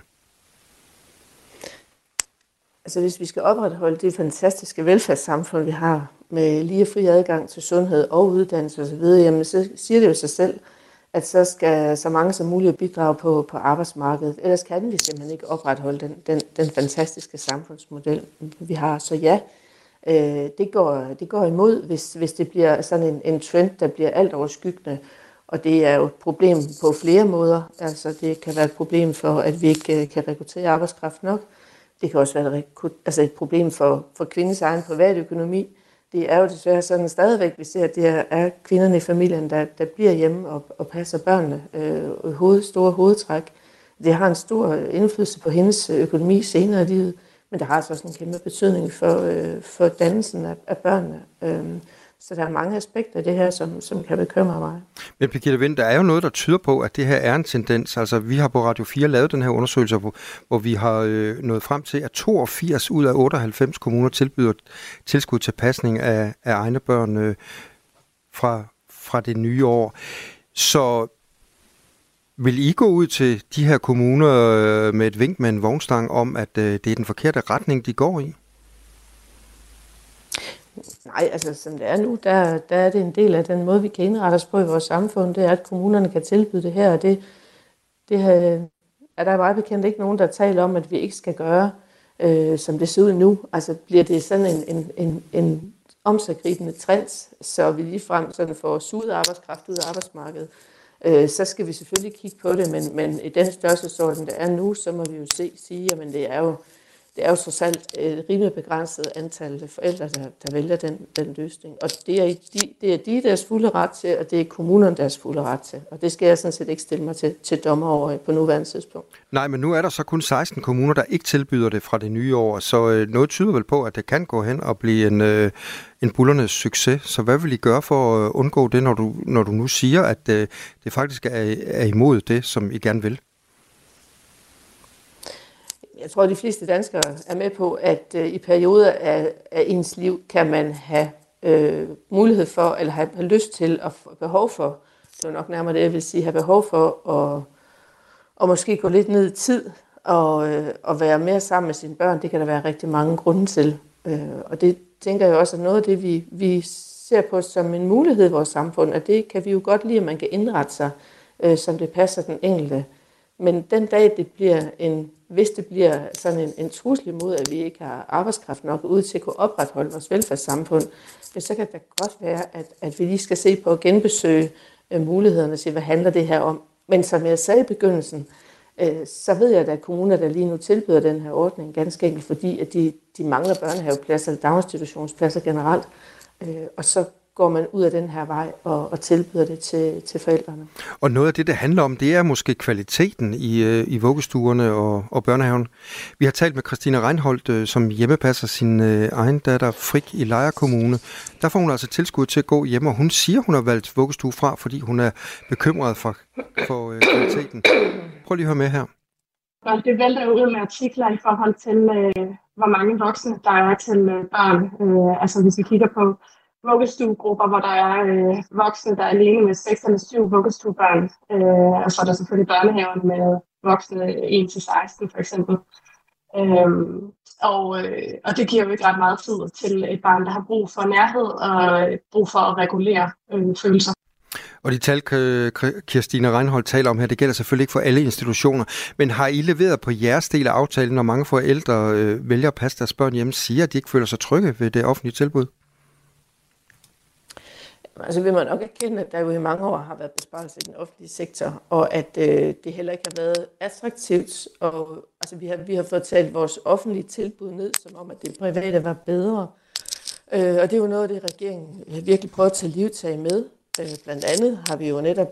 Altså hvis vi skal opretholde det fantastiske velfærdssamfund, vi har, med lige og fri adgang til sundhed og uddannelse osv., jamen så siger det jo sig selv, at så skal så mange som muligt bidrage på arbejdsmarkedet. Ellers kan vi simpelthen ikke opretholde den fantastiske samfundsmodel, vi har. Så ja, det går imod, hvis det bliver sådan en trend, der bliver alt overskyggende. Og det er jo et problem på flere måder. Altså det kan være et problem for, at vi ikke kan rekruttere arbejdskraft nok. Det kan også være et problem for kvindens egen private økonomi. Det er jo desværre sådan stadigvæk, vi ser, at det er kvinderne i familien, der bliver hjemme og passer børnene. Store hovedtræk. Det har en stor indflydelse på hendes økonomi senere i livet, men der har altså også en kæmpe betydning for dannelsen af børnene. Så der er mange aspekter af det her, som kan bekymre mig. Men Birgitte Vind, der er jo noget, der tyder på, at det her er en tendens. Altså, vi har på Radio 4 lavet den her undersøgelse, hvor vi har nået frem til, at 82 ud af 98 kommuner tilbyder tilskud til pasning af egne børn fra det nye år. Så vil I gå ud til de her kommuner med et vink med en vognstang om, at det er den forkerte retning, de går i? Nej, altså som det er nu, der er det en del af den måde, vi kan indrette os på i vores samfund, det er, at kommunerne kan tilbyde det her, og det er der meget bekendt ikke nogen, der taler om, at vi ikke skal gøre, som det ser ud nu. Altså bliver det sådan en omsiggribende trend, så vi ligefrem sådan får suget arbejdskraft ud af arbejdsmarkedet, så skal vi selvfølgelig kigge på det, men i den størrelsesorden, der er nu, så må vi jo sige, at det er jo trods alt et rimelig begrænset antal forældre, der vælger den løsning. Og det er de deres fulde ret til, og det er kommunerne deres fulde ret til. Og det skal jeg sådan set ikke stille mig til dommer over på nuværende tidspunkt. Nej, men nu er der så kun 16 kommuner, der ikke tilbyder det fra det nye år. Så noget tyder vel på, at det kan gå hen og blive en bullernes succes. Så hvad vil I gøre for at undgå det, når du nu siger, at det faktisk er imod det, som I gerne vil? Jeg tror, at de fleste danskere er med på, at i perioder af ens liv kan man have mulighed for, eller have lyst til og behov for det var nok nærmere det, jeg vil sige, have behov for at måske gå lidt ned i tid og være mere sammen med sine børn. Det kan der være rigtig mange grunde til. Og det tænker jeg også er noget af det, vi ser på som en mulighed i vores samfund, og det kan vi jo godt lide, at man kan indrette sig, som det passer den enkelte. Men den dag, hvis det bliver sådan en trussel imod, at vi ikke har arbejdskraft nok ud til at kunne opretholde vores velfærdssamfund, så kan det godt være, at vi lige skal se på at genbesøge mulighederne og se, hvad handler det her om. Men som jeg sagde i begyndelsen, så ved jeg, at der er kommuner, der lige nu tilbyder den her ordning ganske enkelt, fordi at de mangler børnehavepladser eller daginstitutionspladser generelt, og så går man ud af den her vej og tilbyder det til forældrene. Og noget af det handler om, det er måske kvaliteten i vuggestuerne og børnehaven. Vi har talt med Christina Reinholdt, som hjemmepasser sin egen datter Frik i Lejre Kommune. Der får hun altså tilskud til at gå hjemme, og hun siger, hun har valgt vuggestue fra, fordi hun er bekymret for kvaliteten. Prøv lige at høre med her. Og det vælter jo ud med artikler i forhold til, hvor mange voksne der er til børn. Altså hvis vi kigger på vuggestuegrupper, hvor der er voksne, der er alene med 6 eller 7 vuggestuebørn. Og så er der selvfølgelig børnehaven med voksne 1-16 for eksempel. Og det giver jo ikke ret meget tid til et barn, der har brug for nærhed og brug for at regulere følelser. Og de tal, Christina Reinholdt taler om her, det gælder selvfølgelig ikke for alle institutioner. Men har I leveret på jeres del af aftalen, når mange forældre vælger at passe deres børn hjemme, siger, at de ikke føler sig trygge ved det offentlige tilbud? Altså vil man nok erkende, at der jo i mange år har været besparelser i den offentlige sektor, og at det heller ikke har været attraktivt. Og, altså vi har fået talt vores offentlige tilbud ned, som om at det private var bedre. Og det er jo noget af det, regeringen virkelig prøver at tage livtag med. Blandt andet har vi jo netop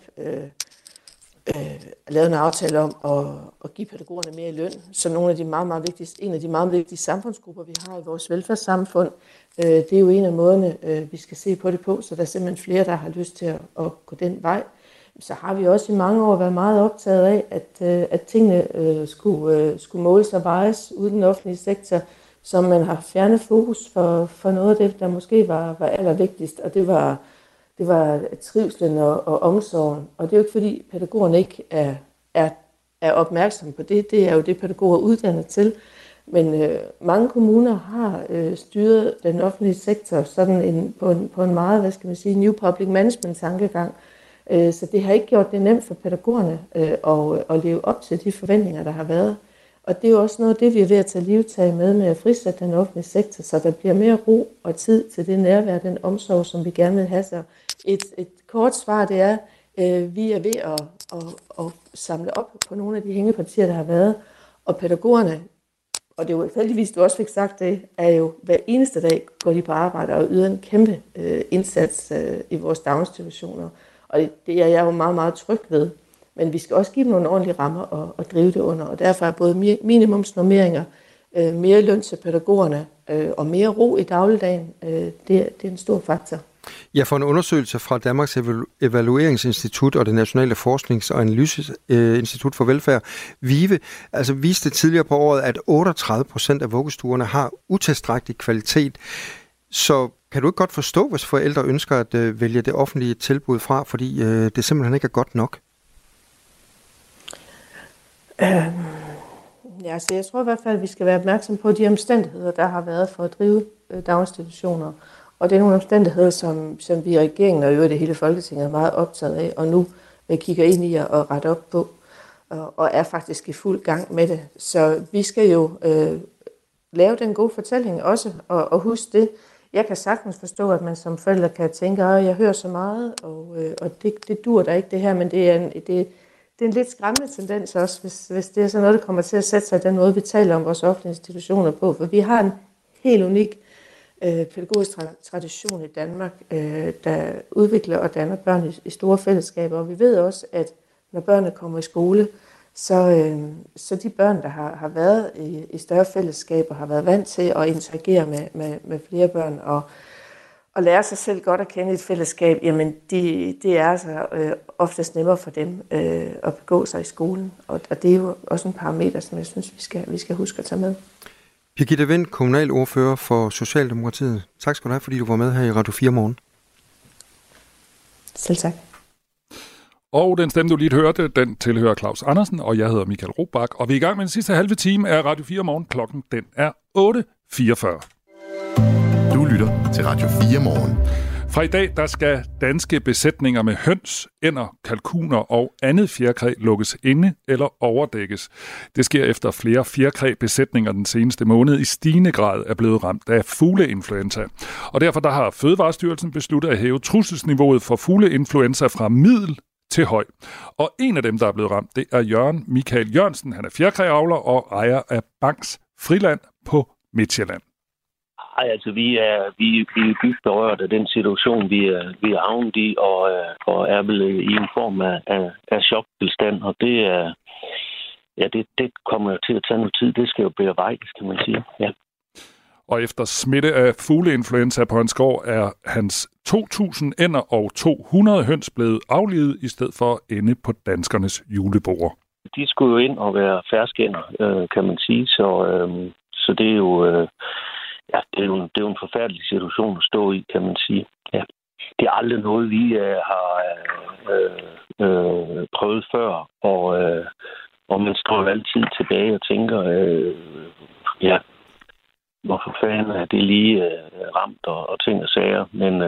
lavet en aftale om at give pædagogerne mere i løn, som en af de meget vigtige samfundsgrupper, vi har i vores velfærdssamfund. Det er jo en af måderne, vi skal se på det på, så der er simpelthen flere, der har lyst til at gå den vej. Så har vi også i mange år været meget optaget af, at tingene skulle måles og vejes ude i den offentlige sektor, så man har fjernet fokus for noget af det, der måske var allervigtigst, og det var trivslen og omsorgen. Og det er jo ikke fordi pædagogerne ikke er opmærksomme på det. Det er jo det, pædagoger er uddannet til. Men mange kommuner har styret den offentlige sektor sådan på en meget, new public management tankegang. Så det har ikke gjort det nemt for pædagogerne at leve op til de forventninger, der har været. Og det er jo også noget af det, vi er ved at tage livtag med at frisætte den offentlige sektor, så der bliver mere ro og tid til det nærvær, den omsorg, som vi gerne vil have. Så et kort svar, det er, vi er ved at samle op på nogle af de hængepartier, der har været. Og pædagogerne, og det er jo heldigvis, du også fik sagt det, er jo hver eneste dag går de på arbejde og yder en kæmpe indsats i vores daginstitutioner. Og det er jeg jo meget, meget tryg ved. Men vi skal også give dem nogle ordentlige rammer og drive det under. Og derfor er både minimumsnormeringer, mere løn til pædagogerne og mere ro i dagligdagen, det er en stor faktor. Ja, for en undersøgelse fra Danmarks Evalueringsinstitut og det Nationale Forsknings- og Analyseinstitut for Velfærd, VIVE, altså viste tidligere på året, at 38% af vuggestuerne har utilstrækkelig kvalitet. Så kan du ikke godt forstå, hvis forældre ønsker at vælge det offentlige tilbud fra, fordi det simpelthen ikke er godt nok? Ja, så jeg tror i hvert fald, at vi skal være opmærksom på de omstændigheder, der har været for at drive daginstitutioner. Og det er nogle omstændigheder, som vi i regeringen og i det hele Folketinget er meget optaget af, og nu kigger ind i at rette op på, og er faktisk i fuld gang med det. Så vi skal jo lave den gode fortælling også, og huske det. Jeg kan sagtens forstå, at man som forældre kan tænke, at jeg hører så meget, og det dur der ikke det her, men det er en lidt skræmmende tendens også, hvis det er sådan noget, der kommer til at sætte sig i den måde, vi taler om vores offentlige institutioner på. For vi har en helt unik pædagogisk tradition i Danmark, der udvikler og danner børn i store fællesskaber. Og vi ved også, at når børnene kommer i skole, så de børn, der har været i større fællesskaber, har været vant til at interagere med flere børn og lære sig selv godt at kende i et fællesskab, jamen det er altså oftest nemmere for dem at begå sig i skolen. Og det er jo også en parameter, som jeg synes, vi skal huske at tage med. Birgitte Vind, kommunalordfører for Socialdemokratiet. Tak skal du have, fordi du var med her i Radio 4 morgen. Selv tak. Og den stemme, du lige hørte, den tilhører Claus Andersen, og jeg hedder Michael Robach. Og vi er i gang med den sidste halve time af Radio 4 Morgen. Klokken den er 8.44. Du lytter til Radio 4 Morgen. Fra i dag, der skal danske besætninger med høns, ænder, kalkuner og andet fjerkræ lukkes inde eller overdækkes. Det sker efter flere fjerkræ-besætninger den seneste måned i stigende grad er blevet ramt af fugleinfluenza. Og derfor der har Fødevarestyrelsen besluttet at hæve trusselsniveauet for fugleinfluenza fra middel til høj. Og en af dem, der er blevet ramt, det er Jørgen Michael Jørgensen. Han er fjerkræavler og ejer af Bangs Friland på Midtjylland. Nej, altså vi er dybt berørt af den situation, vi er havnet i, og er vel i en form af choktilstand, og det er, det kommer til at tage noget tid. Det skal jo bearbejdes, kan man sige. Ja. Og efter smitte af fugleinfluenza på hans gård er hans 2.000 ænder og 200 høns blevet aflivet i stedet for at ende på danskernes julebord. De skulle jo ind og være ferskænder, kan man sige, så det er jo... Ja, det er jo en forfærdelig situation at stå i, kan man sige. Ja. Det er aldrig noget, vi har prøvet før, og man står jo altid tilbage og tænker, hvorfor fanden er det lige ramt og ting og sager.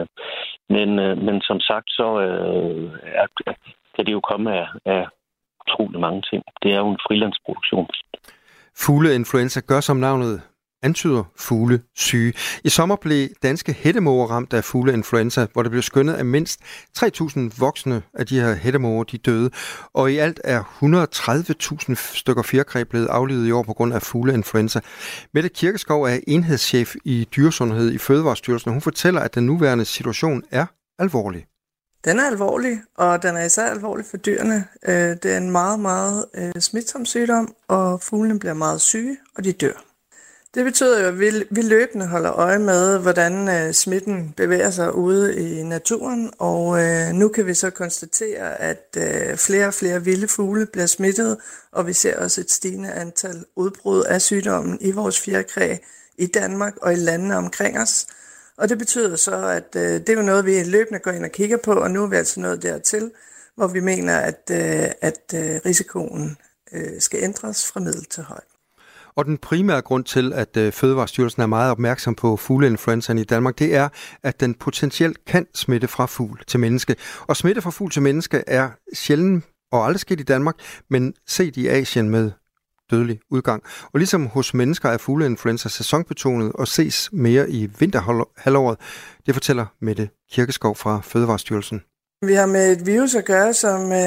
Men som sagt, så kan det jo komme af utrolig mange ting. Det er jo en frilandsproduktion. Fugleinfluenza gør som navnet antyder fuglesyge. I sommer blev danske hættemåger ramt af fugleinfluenza, hvor det blev skønnet, at mindst 3.000 voksne af de her hættemåger, de døde. Og i alt er 130.000 stykker fjerkræ blevet aflivet i år på grund af fugleinfluenza. Mette Kirkeskov er enhedschef i dyresundhed i Fødevarestyrelsen. Hun fortæller, at den nuværende situation er alvorlig. Den er alvorlig, og den er især alvorlig for dyrene. Det er en meget, meget smitsom sygdom, og fuglene bliver meget syge, og de dør. Det betyder jo, at vi løbende holder øje med, hvordan smitten bevæger sig ude i naturen, og nu kan vi så konstatere, at flere og flere vilde fugle bliver smittet, og vi ser også et stigende antal udbrud af sygdommen i vores fjerkræ i Danmark og i landene omkring os. Og det betyder så, at det er jo noget, vi løbende går ind og kigger på, og nu er vi altså nået dertil, hvor vi mener, at risikoen skal ændres fra middel til høj. Og den primære grund til, at Fødevarestyrelsen er meget opmærksom på fugleinfluenzaen i Danmark, det er, at den potentielt kan smitte fra fugl til menneske. Og smitte fra fugl til menneske er sjældent og aldrig sket i Danmark, men set i Asien med dødelig udgang. Og ligesom hos mennesker er fugleinfluenza sæsonbetonet og ses mere i vinterhalvåret. Det fortæller Mette Kirkeskov fra Fødevarestyrelsen. Vi har med et virus at gøre,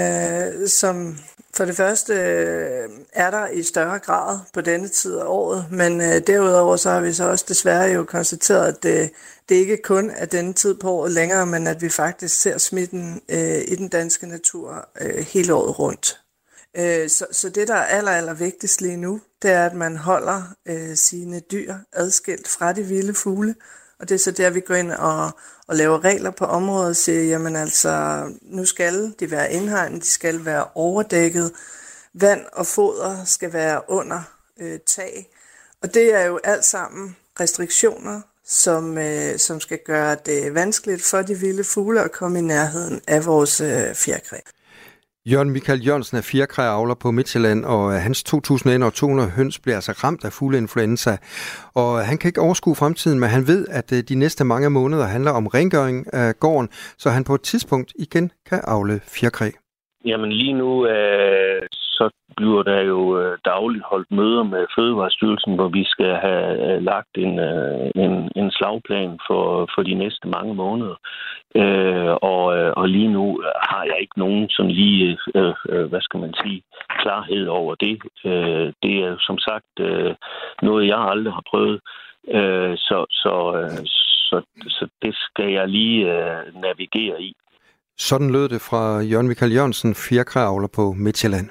som for det første er der i større grad på denne tid af året, men derudover så har vi så også desværre jo konstateret, at det ikke kun er denne tid på året længere, men at vi faktisk ser smitten i den danske natur hele året rundt. Så det, der er aller vigtigst lige nu, det er, at man holder sine dyr adskilt fra de vilde fugle. Og det er så der, vi går ind og laver regler på området og siger, jamen altså, nu skal de være indhegnet, de skal være overdækket, vand og foder skal være under tag. Og det er jo alt sammen restriktioner, som skal gøre det vanskeligt for de vilde fugle at komme i nærheden af vores fjerkræ. Jørgen Michael Jørgensen er fjerkræavler på Midtjylland, og hans 2.000 ænder og 200 høns bliver altså ramt af fugleinfluenza. Og han kan ikke overskue fremtiden, men han ved, at de næste mange måneder handler om rengøring af gården, så han på et tidspunkt igen kan avle fjerkræ. Jamen lige nu så bliver der jo dagligt holdt møder med Fødevarestyrelsen, hvor vi skal have lagt en slagplan for de næste mange måneder. Og lige nu har jeg ikke nogen sådan lige, klarhed over det. Det er som sagt noget, jeg aldrig har prøvet. Så det skal jeg lige navigere i. Sådan lød det fra Jørgen Michael Jørgensen, fjerkræavler på Midtjylland.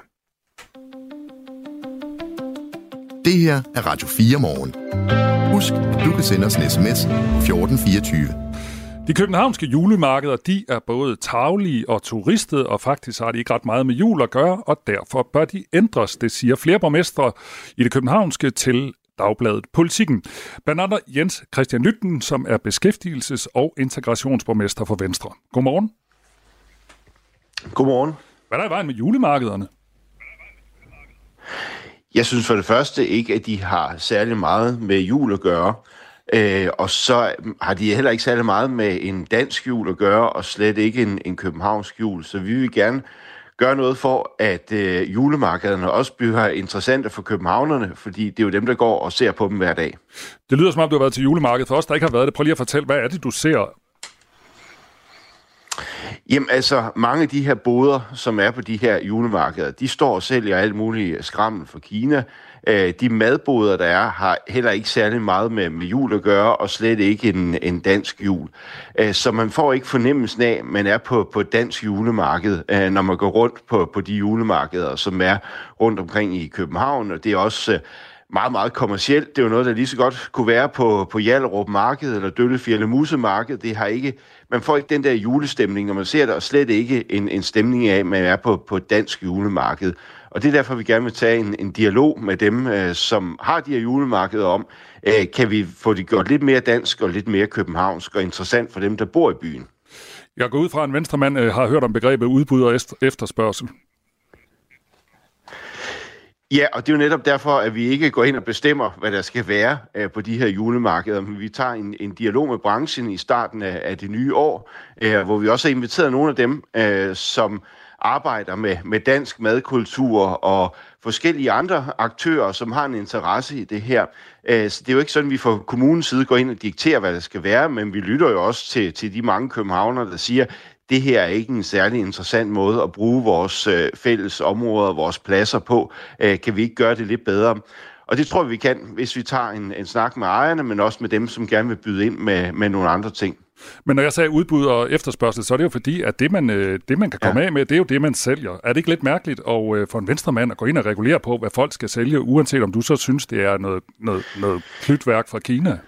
Det her er Radio 4 Morgen. Husk, at du kan sende os en sms 1424. De københavnske julemarkeder, de er både tarvelige og turistede, og faktisk har de ikke ret meget med jul at gøre, og derfor bør de ændres, det siger flere borgmestre i det københavnske til Dagbladet Politikken. Blandt andet Jens Christian Lytten, som er beskæftigelses- og integrationsborgmester for Venstre. Godmorgen. Godmorgen. Hvad er der i vejen med julemarkederne? Jeg synes for det første ikke, at de har særlig meget med jul at gøre. Og så har de heller ikke særlig meget med en dansk jul at gøre, og slet ikke en københavnsk jul. Så vi vil gerne gøre noget for, at julemarkederne også bliver interessante for københavnerne, fordi det er jo dem, der går og ser på dem hver dag. Det lyder som om, du har været til julemarkedet. For os, der ikke har været det, prøv lige at fortælle, hvad er det, du ser? Jamen altså, mange af de her boder, som er på de her julemarkeder, de står og sælger alt muligt skrammel fra Kina. De madboder, der er, har heller ikke særlig meget med jul at gøre, og slet ikke en dansk jul. Så man får ikke fornemmelsen af, at man er på dansk julemarked, når man går rundt på de julemarkeder, som er rundt omkring i København. Og det er også meget, meget kommercielt. Det er jo noget, der lige så godt kunne være på Hjallerup Marked eller Døllefjelde Musemarked. Det har ikke, man får ikke den der julestemning, når man ser det, og slet ikke en stemning af, at man er på et dansk julemarked. Og det er derfor, vi gerne vil tage en dialog med dem, som har de her julemarkeder om, kan vi få det gjort lidt mere dansk og lidt mere københavnsk og interessant for dem, der bor i byen. Jeg går ud fra, en venstremand har hørt om begrebet udbud og efterspørgsel. Ja, og det er jo netop derfor, at vi ikke går ind og bestemmer, hvad der skal være på de her julemarkeder. Men vi tager en dialog med branchen i starten af det nye år, hvor vi også har inviteret nogle af dem, som arbejder med dansk madkultur og forskellige andre aktører, som har en interesse i det her. Så det er jo ikke sådan, at vi fra kommunens side går ind og dikterer, hvad der skal være, men vi lytter jo også til de mange københavnere, der siger, det her er ikke en særlig interessant måde at bruge vores fælles områder, vores pladser på. Kan vi ikke gøre det lidt bedre? Og det tror vi kan, hvis vi tager en snak med ejerne, men også med dem, som gerne vil byde ind med nogle andre ting. Men når jeg sagde udbud og efterspørgsel, så er det jo fordi, at det man kan komme af med, det er jo det, man sælger. Er det ikke lidt mærkeligt for en venstremand at gå ind og regulere på, hvad folk skal sælge, uanset om du så synes, det er noget klytværk fra Kina?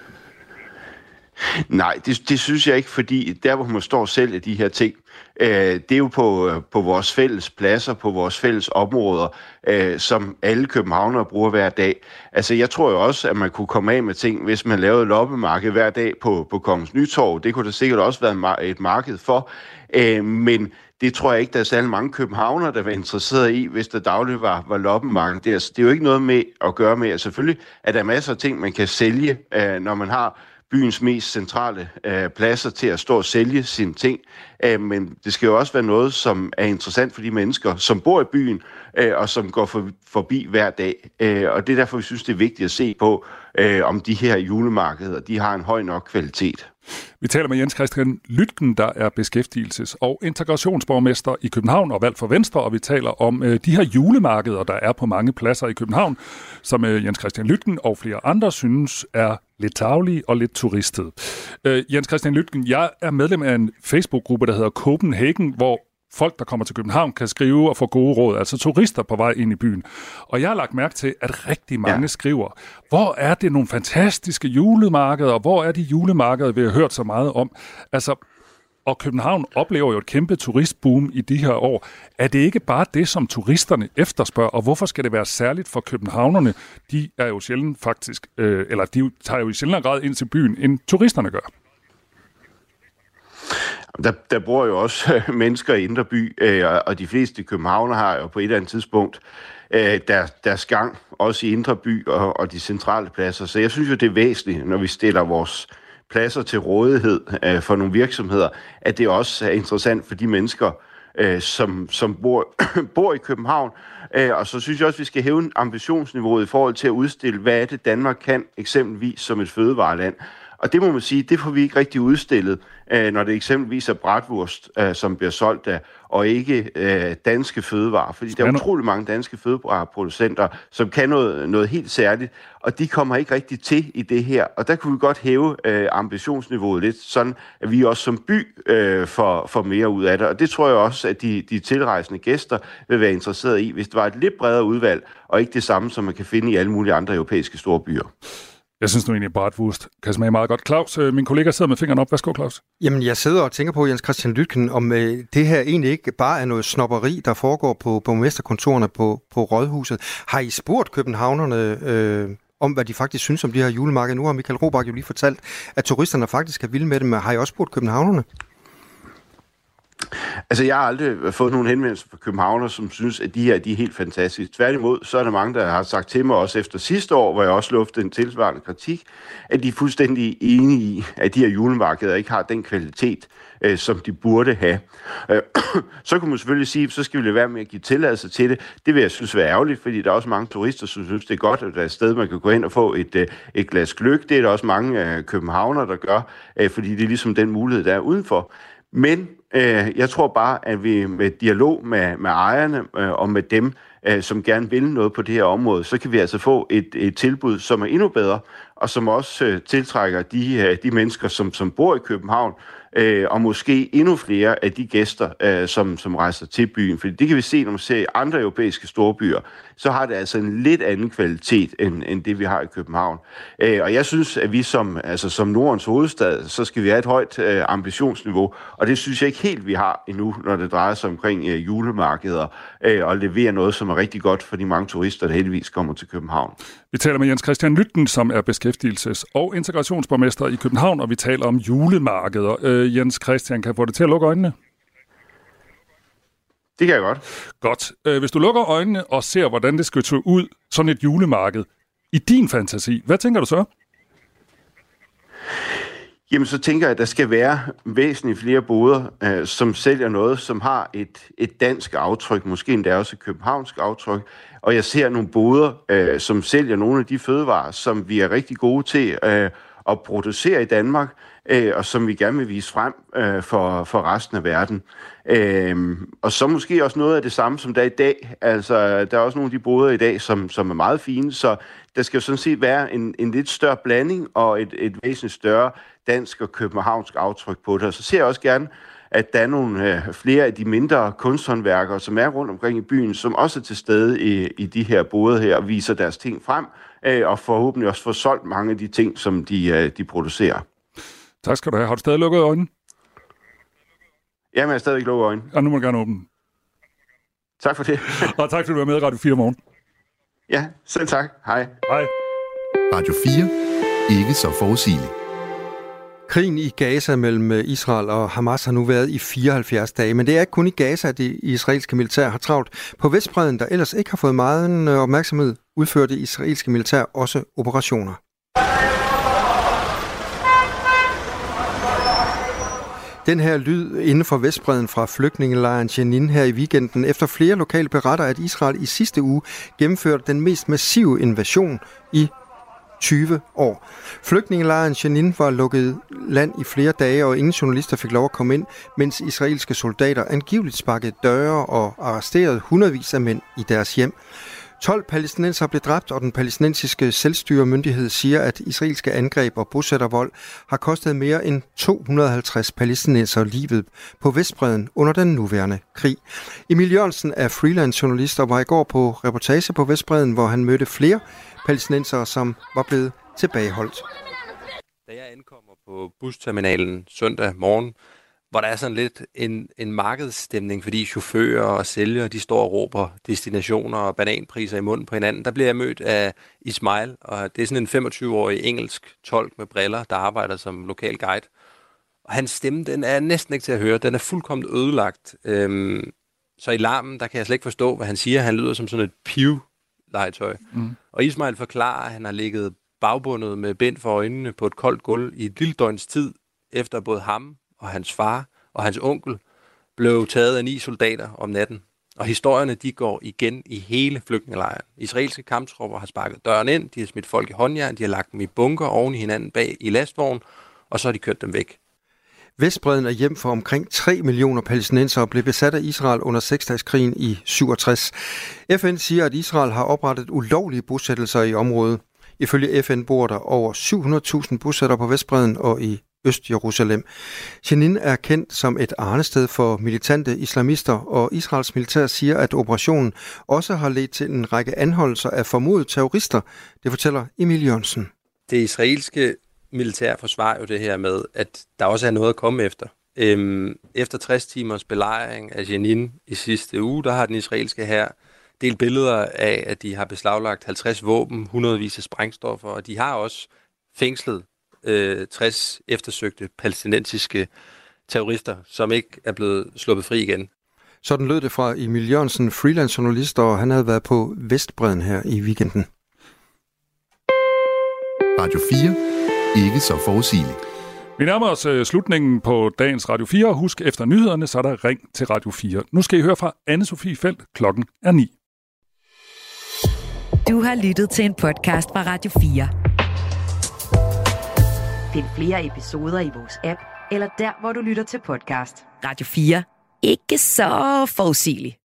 Nej, det synes jeg ikke, fordi der, hvor man står og sælger de her ting, det er jo på vores fælles pladser, på vores fælles områder, som alle københavnere bruger hver dag. Altså, jeg tror jo også, at man kunne komme af med ting, hvis man lavede loppemarked hver dag på Kongens Nytorv. Det kunne der sikkert også være et marked for, men det tror jeg ikke, der er særlig mange københavnere, der var interesseret i, hvis der dagligt var loppemarked der. Så det er jo ikke noget med at gøre med. Selvfølgelig er der masser af ting, man kan sælge, når man har byens mest centrale pladser til at stå og sælge sine ting. Men det skal jo også være noget, som er interessant for de mennesker, som bor i byen, og som går forbi hver dag. Og det er derfor, vi synes, det er vigtigt at se på, om de her julemarkeder, de har en høj nok kvalitet. Vi taler med Jens Christian Lytken, der er beskæftigelses- og integrationsborgmester i København og valgt for Venstre, og vi taler om de her julemarkeder, der er på mange pladser i København, som Jens Christian Lytken og flere andre synes er lidt tarvelige og lidt turistet. Jens Christian Lytken, jeg er medlem af en Facebook-gruppe, der hedder Copenhagen, hvor folk, der kommer til København, kan skrive og få gode råd, altså turister på vej ind i byen. Og jeg har lagt mærke til, at rigtig mange skriver, hvor er det nogle fantastiske julemarkeder, og hvor er de julemarkeder, vi har hørt så meget om? Altså, og København oplever jo et kæmpe turistboom i de her år. Er det ikke bare det, som turisterne efterspørger, og hvorfor skal det være særligt for københavnerne? De er jo sjældent faktisk, eller de tager jo i sjældent grad ind til byen, end turisterne gør. Der bor jo også mennesker i Indre By, og de fleste københavner har jo på et eller andet tidspunkt deres gang, også i Indre By og de centrale pladser. Så jeg synes jo, det er væsentligt, når vi stiller vores pladser til rådighed for nogle virksomheder, at det også er interessant for de mennesker, som bor i København. Og så synes jeg også, at vi skal hæve ambitionsniveauet i forhold til at udstille, hvad er det Danmark kan, eksempelvis som et fødevareland. Og det må man sige, det får vi ikke rigtig udstillet, når det eksempelvis er bratwurst, som bliver solgt af, og ikke danske fødevarer. Fordi der er utrolig mange danske fødevareproducenter, som kan noget helt særligt, og de kommer ikke rigtig til i det her. Og der kunne vi godt hæve ambitionsniveauet lidt, sådan at vi også som by får mere ud af det. Og det tror jeg også, at de tilrejsende gæster vil være interesseret i, hvis det var et lidt bredere udvalg, og ikke det samme, som man kan finde i alle mulige andre europæiske store byer. Jeg synes nu egentlig, at bratwurst kan smage meget godt. Claus, min kollega sidder med fingeren op. Værsgo, Claus. Jamen, jeg sidder og tænker på, Jens Christian Lytken, om det her egentlig ikke bare er noget snobberi, der foregår på borgmesterkontorerne på Rådhuset. Har I spurgt københavnerne om, hvad de faktisk synes om de her julemarkeder? Nu har Michael Robach jo lige fortalt, at turisterne faktisk er vilde med dem. Har I også spurgt københavnerne? Altså, jeg har aldrig fået nogen henvendelser fra københavner, som synes, at de her de er helt fantastiske. Tværtimod, så er der mange, der har sagt til mig også efter sidste år, hvor jeg også luftede en tilsvarende kritik, at de er fuldstændig enige i, at de her julemarkeder ikke har den kvalitet, som de burde have. Så kunne man selvfølgelig sige, så skal vi lade være med at give tilladelse til det. Det vil jeg synes være ærgerligt, fordi der er også mange turister, som synes, det er godt, at der er et sted, man kan gå hen og få et glas gløgg. Det er der også mange københavner, der gør, fordi det er ligesom den mulighed, der er udenfor. Men jeg tror bare, at vi med dialog med ejerne og med dem, som gerne vil noget på det her område, så kan vi altså få et tilbud, som er endnu bedre, og som også tiltrækker de mennesker, som bor i København, og måske endnu flere af de gæster, som rejser til byen. For det kan vi se, når man ser i andre europæiske storbyer, så har det altså en lidt anden kvalitet, end det vi har i København. Og jeg synes, at vi som Nordens hovedstad, så skal vi have et højt ambitionsniveau, og det synes jeg ikke helt, vi har endnu, når det drejer sig omkring julemarkeder, og levere noget, som er rigtig godt for de mange turister, der heldigvis kommer til København. Vi taler med Jens Christian Lytten, som er beskæftigelses- og integrationsborgmester i København, og vi taler om julemarkeder. Jens Christian, kan jeg få det til at lukke øjnene? Det kan jeg godt. Godt. Hvis du lukker øjnene og ser, hvordan det skal se ud, sådan et julemarked, i din fantasi, hvad tænker du så? Jamen, så tænker jeg, at der skal være væsentligt flere boder, som sælger noget, som har et dansk aftryk, måske endda også et københavnsk aftryk. Og jeg ser nogle boder, som sælger nogle af de fødevarer, som vi er rigtig gode til at producere i Danmark, og som vi gerne vil vise frem for resten af verden. Og så måske også noget af det samme, som der er i dag. Altså, der er også nogle af de boder i dag, som er meget fine, så der skal jo sådan set være en lidt større blanding og et væsentligt større dansk og københavnsk aftryk på det. Og så ser jeg også gerne, at der er nogle flere af de mindre kunsthåndværkere, som er rundt omkring i byen, som også er til stede i de her boder her og viser deres ting frem, og forhåbentlig også får solgt mange af de ting, som de producerer. Tak skal du have. Har du stadig lukket øjnene? Jamen, jeg har stadig lukket øjnene. Og nu må du gerne åbne. Tak for det. Og tak fordi du var med i Radio 4 morgen. Ja, selv tak. Hej. Hej. Radio 4. Ikke så forudsigeligt. Krigen i Gaza mellem Israel og Hamas har nu været i 74 dage, men det er ikke kun i Gaza, at det israelske militær har travlt. På Vestbredden, der ellers ikke har fået meget opmærksomhed, udfører det israelske militær også operationer. Den her lyd inden for Vestbredden fra flygtningelejren Jenin her i weekenden, efter flere lokale beretter, at Israel i sidste uge gennemførte den mest massive invasion i 20 år. Flygtningelejren Jenin var lukket land i flere dage, og ingen journalister fik lov at komme ind, mens israelske soldater angiveligt sparkede døre og arresterede hundredvis af mænd i deres hjem. 12 palæstinensere blev dræbt, og den palæstinensiske selvstyremyndighed siger, at israelske angreb og bosættervold har kostet mere end 250 palæstinensere livet på Vestbredden under den nuværende krig. Emil Jørgensen er freelance-journalist og var i går på reportage på Vestbredden, hvor han mødte flere palæstinensere, som var blevet tilbageholdt. Da jeg ankommer på busterminalen søndag morgen, hvor der er sådan lidt en markedsstemning, fordi chauffører og sælgere, de står og råber destinationer og bananpriser i munden på hinanden. Der bliver jeg mødt af Ismail, og det er sådan en 25-årig engelsk tolk med briller, der arbejder som lokal guide. Og hans stemme, den er næsten ikke til at høre. Den er fuldkommen ødelagt. Så i larmen, der kan jeg slet ikke forstå, hvad han siger. Han lyder som sådan et piv-legetøj. Og Ismail forklarer, at han har ligget bagbundet med bind for øjnene på et koldt gulv i et lille døgns tid, efter både ham og hans far og hans onkel blev taget af 9 soldater om natten. Og historierne, de går igen i hele flygtningelejren. Israelske kamptropper har sparket døren ind, de har smidt folk i håndjern, de har lagt dem i bunker oven i hinanden bag i lastvogn, og så har de kørt dem væk. Vestbredden er hjem for omkring 3 millioner palæstinensere og blev besat af Israel under seksdageskrigen i 67. FN siger, at Israel har oprettet ulovlige bosættelser i området. Ifølge FN bor der over 700.000 bosættere på Vestbredden og i Øst-Jerusalem. Jenin er kendt som et arnested for militante islamister, og Israels militær siger, at operationen også har ledt til en række anholdelser af formodede terrorister. Det fortæller Emil Jørgensen. Det israelske militær forsvarer jo det her med, at der også er noget at komme efter. Efter 60 timers belejring af Jenin i sidste uge, der har den israelske hær delt billeder af, at de har beslaglagt 50 våben, hundredvis af sprængstoffer, og de har også fængslet 60 eftersøgte palæstinensiske terrorister, som ikke er blevet sluppet fri igen. Sådan lød det fra Emil Jørgensen, freelance journalist, og han havde været på Vestbredden her i weekenden. Radio 4. Ikke så forudsigeligt. Vi nærmer os slutningen på dagens Radio 4. Husk, efter nyhederne, så er der ring til Radio 4. Nu skal I høre fra Anne-Sophie Felt. Klokken er 9. Du har lyttet til en podcast fra Radio 4. Find flere episoder i vores app, eller der, hvor du lytter til podcast. Radio 4. Ikke så forudsigeligt.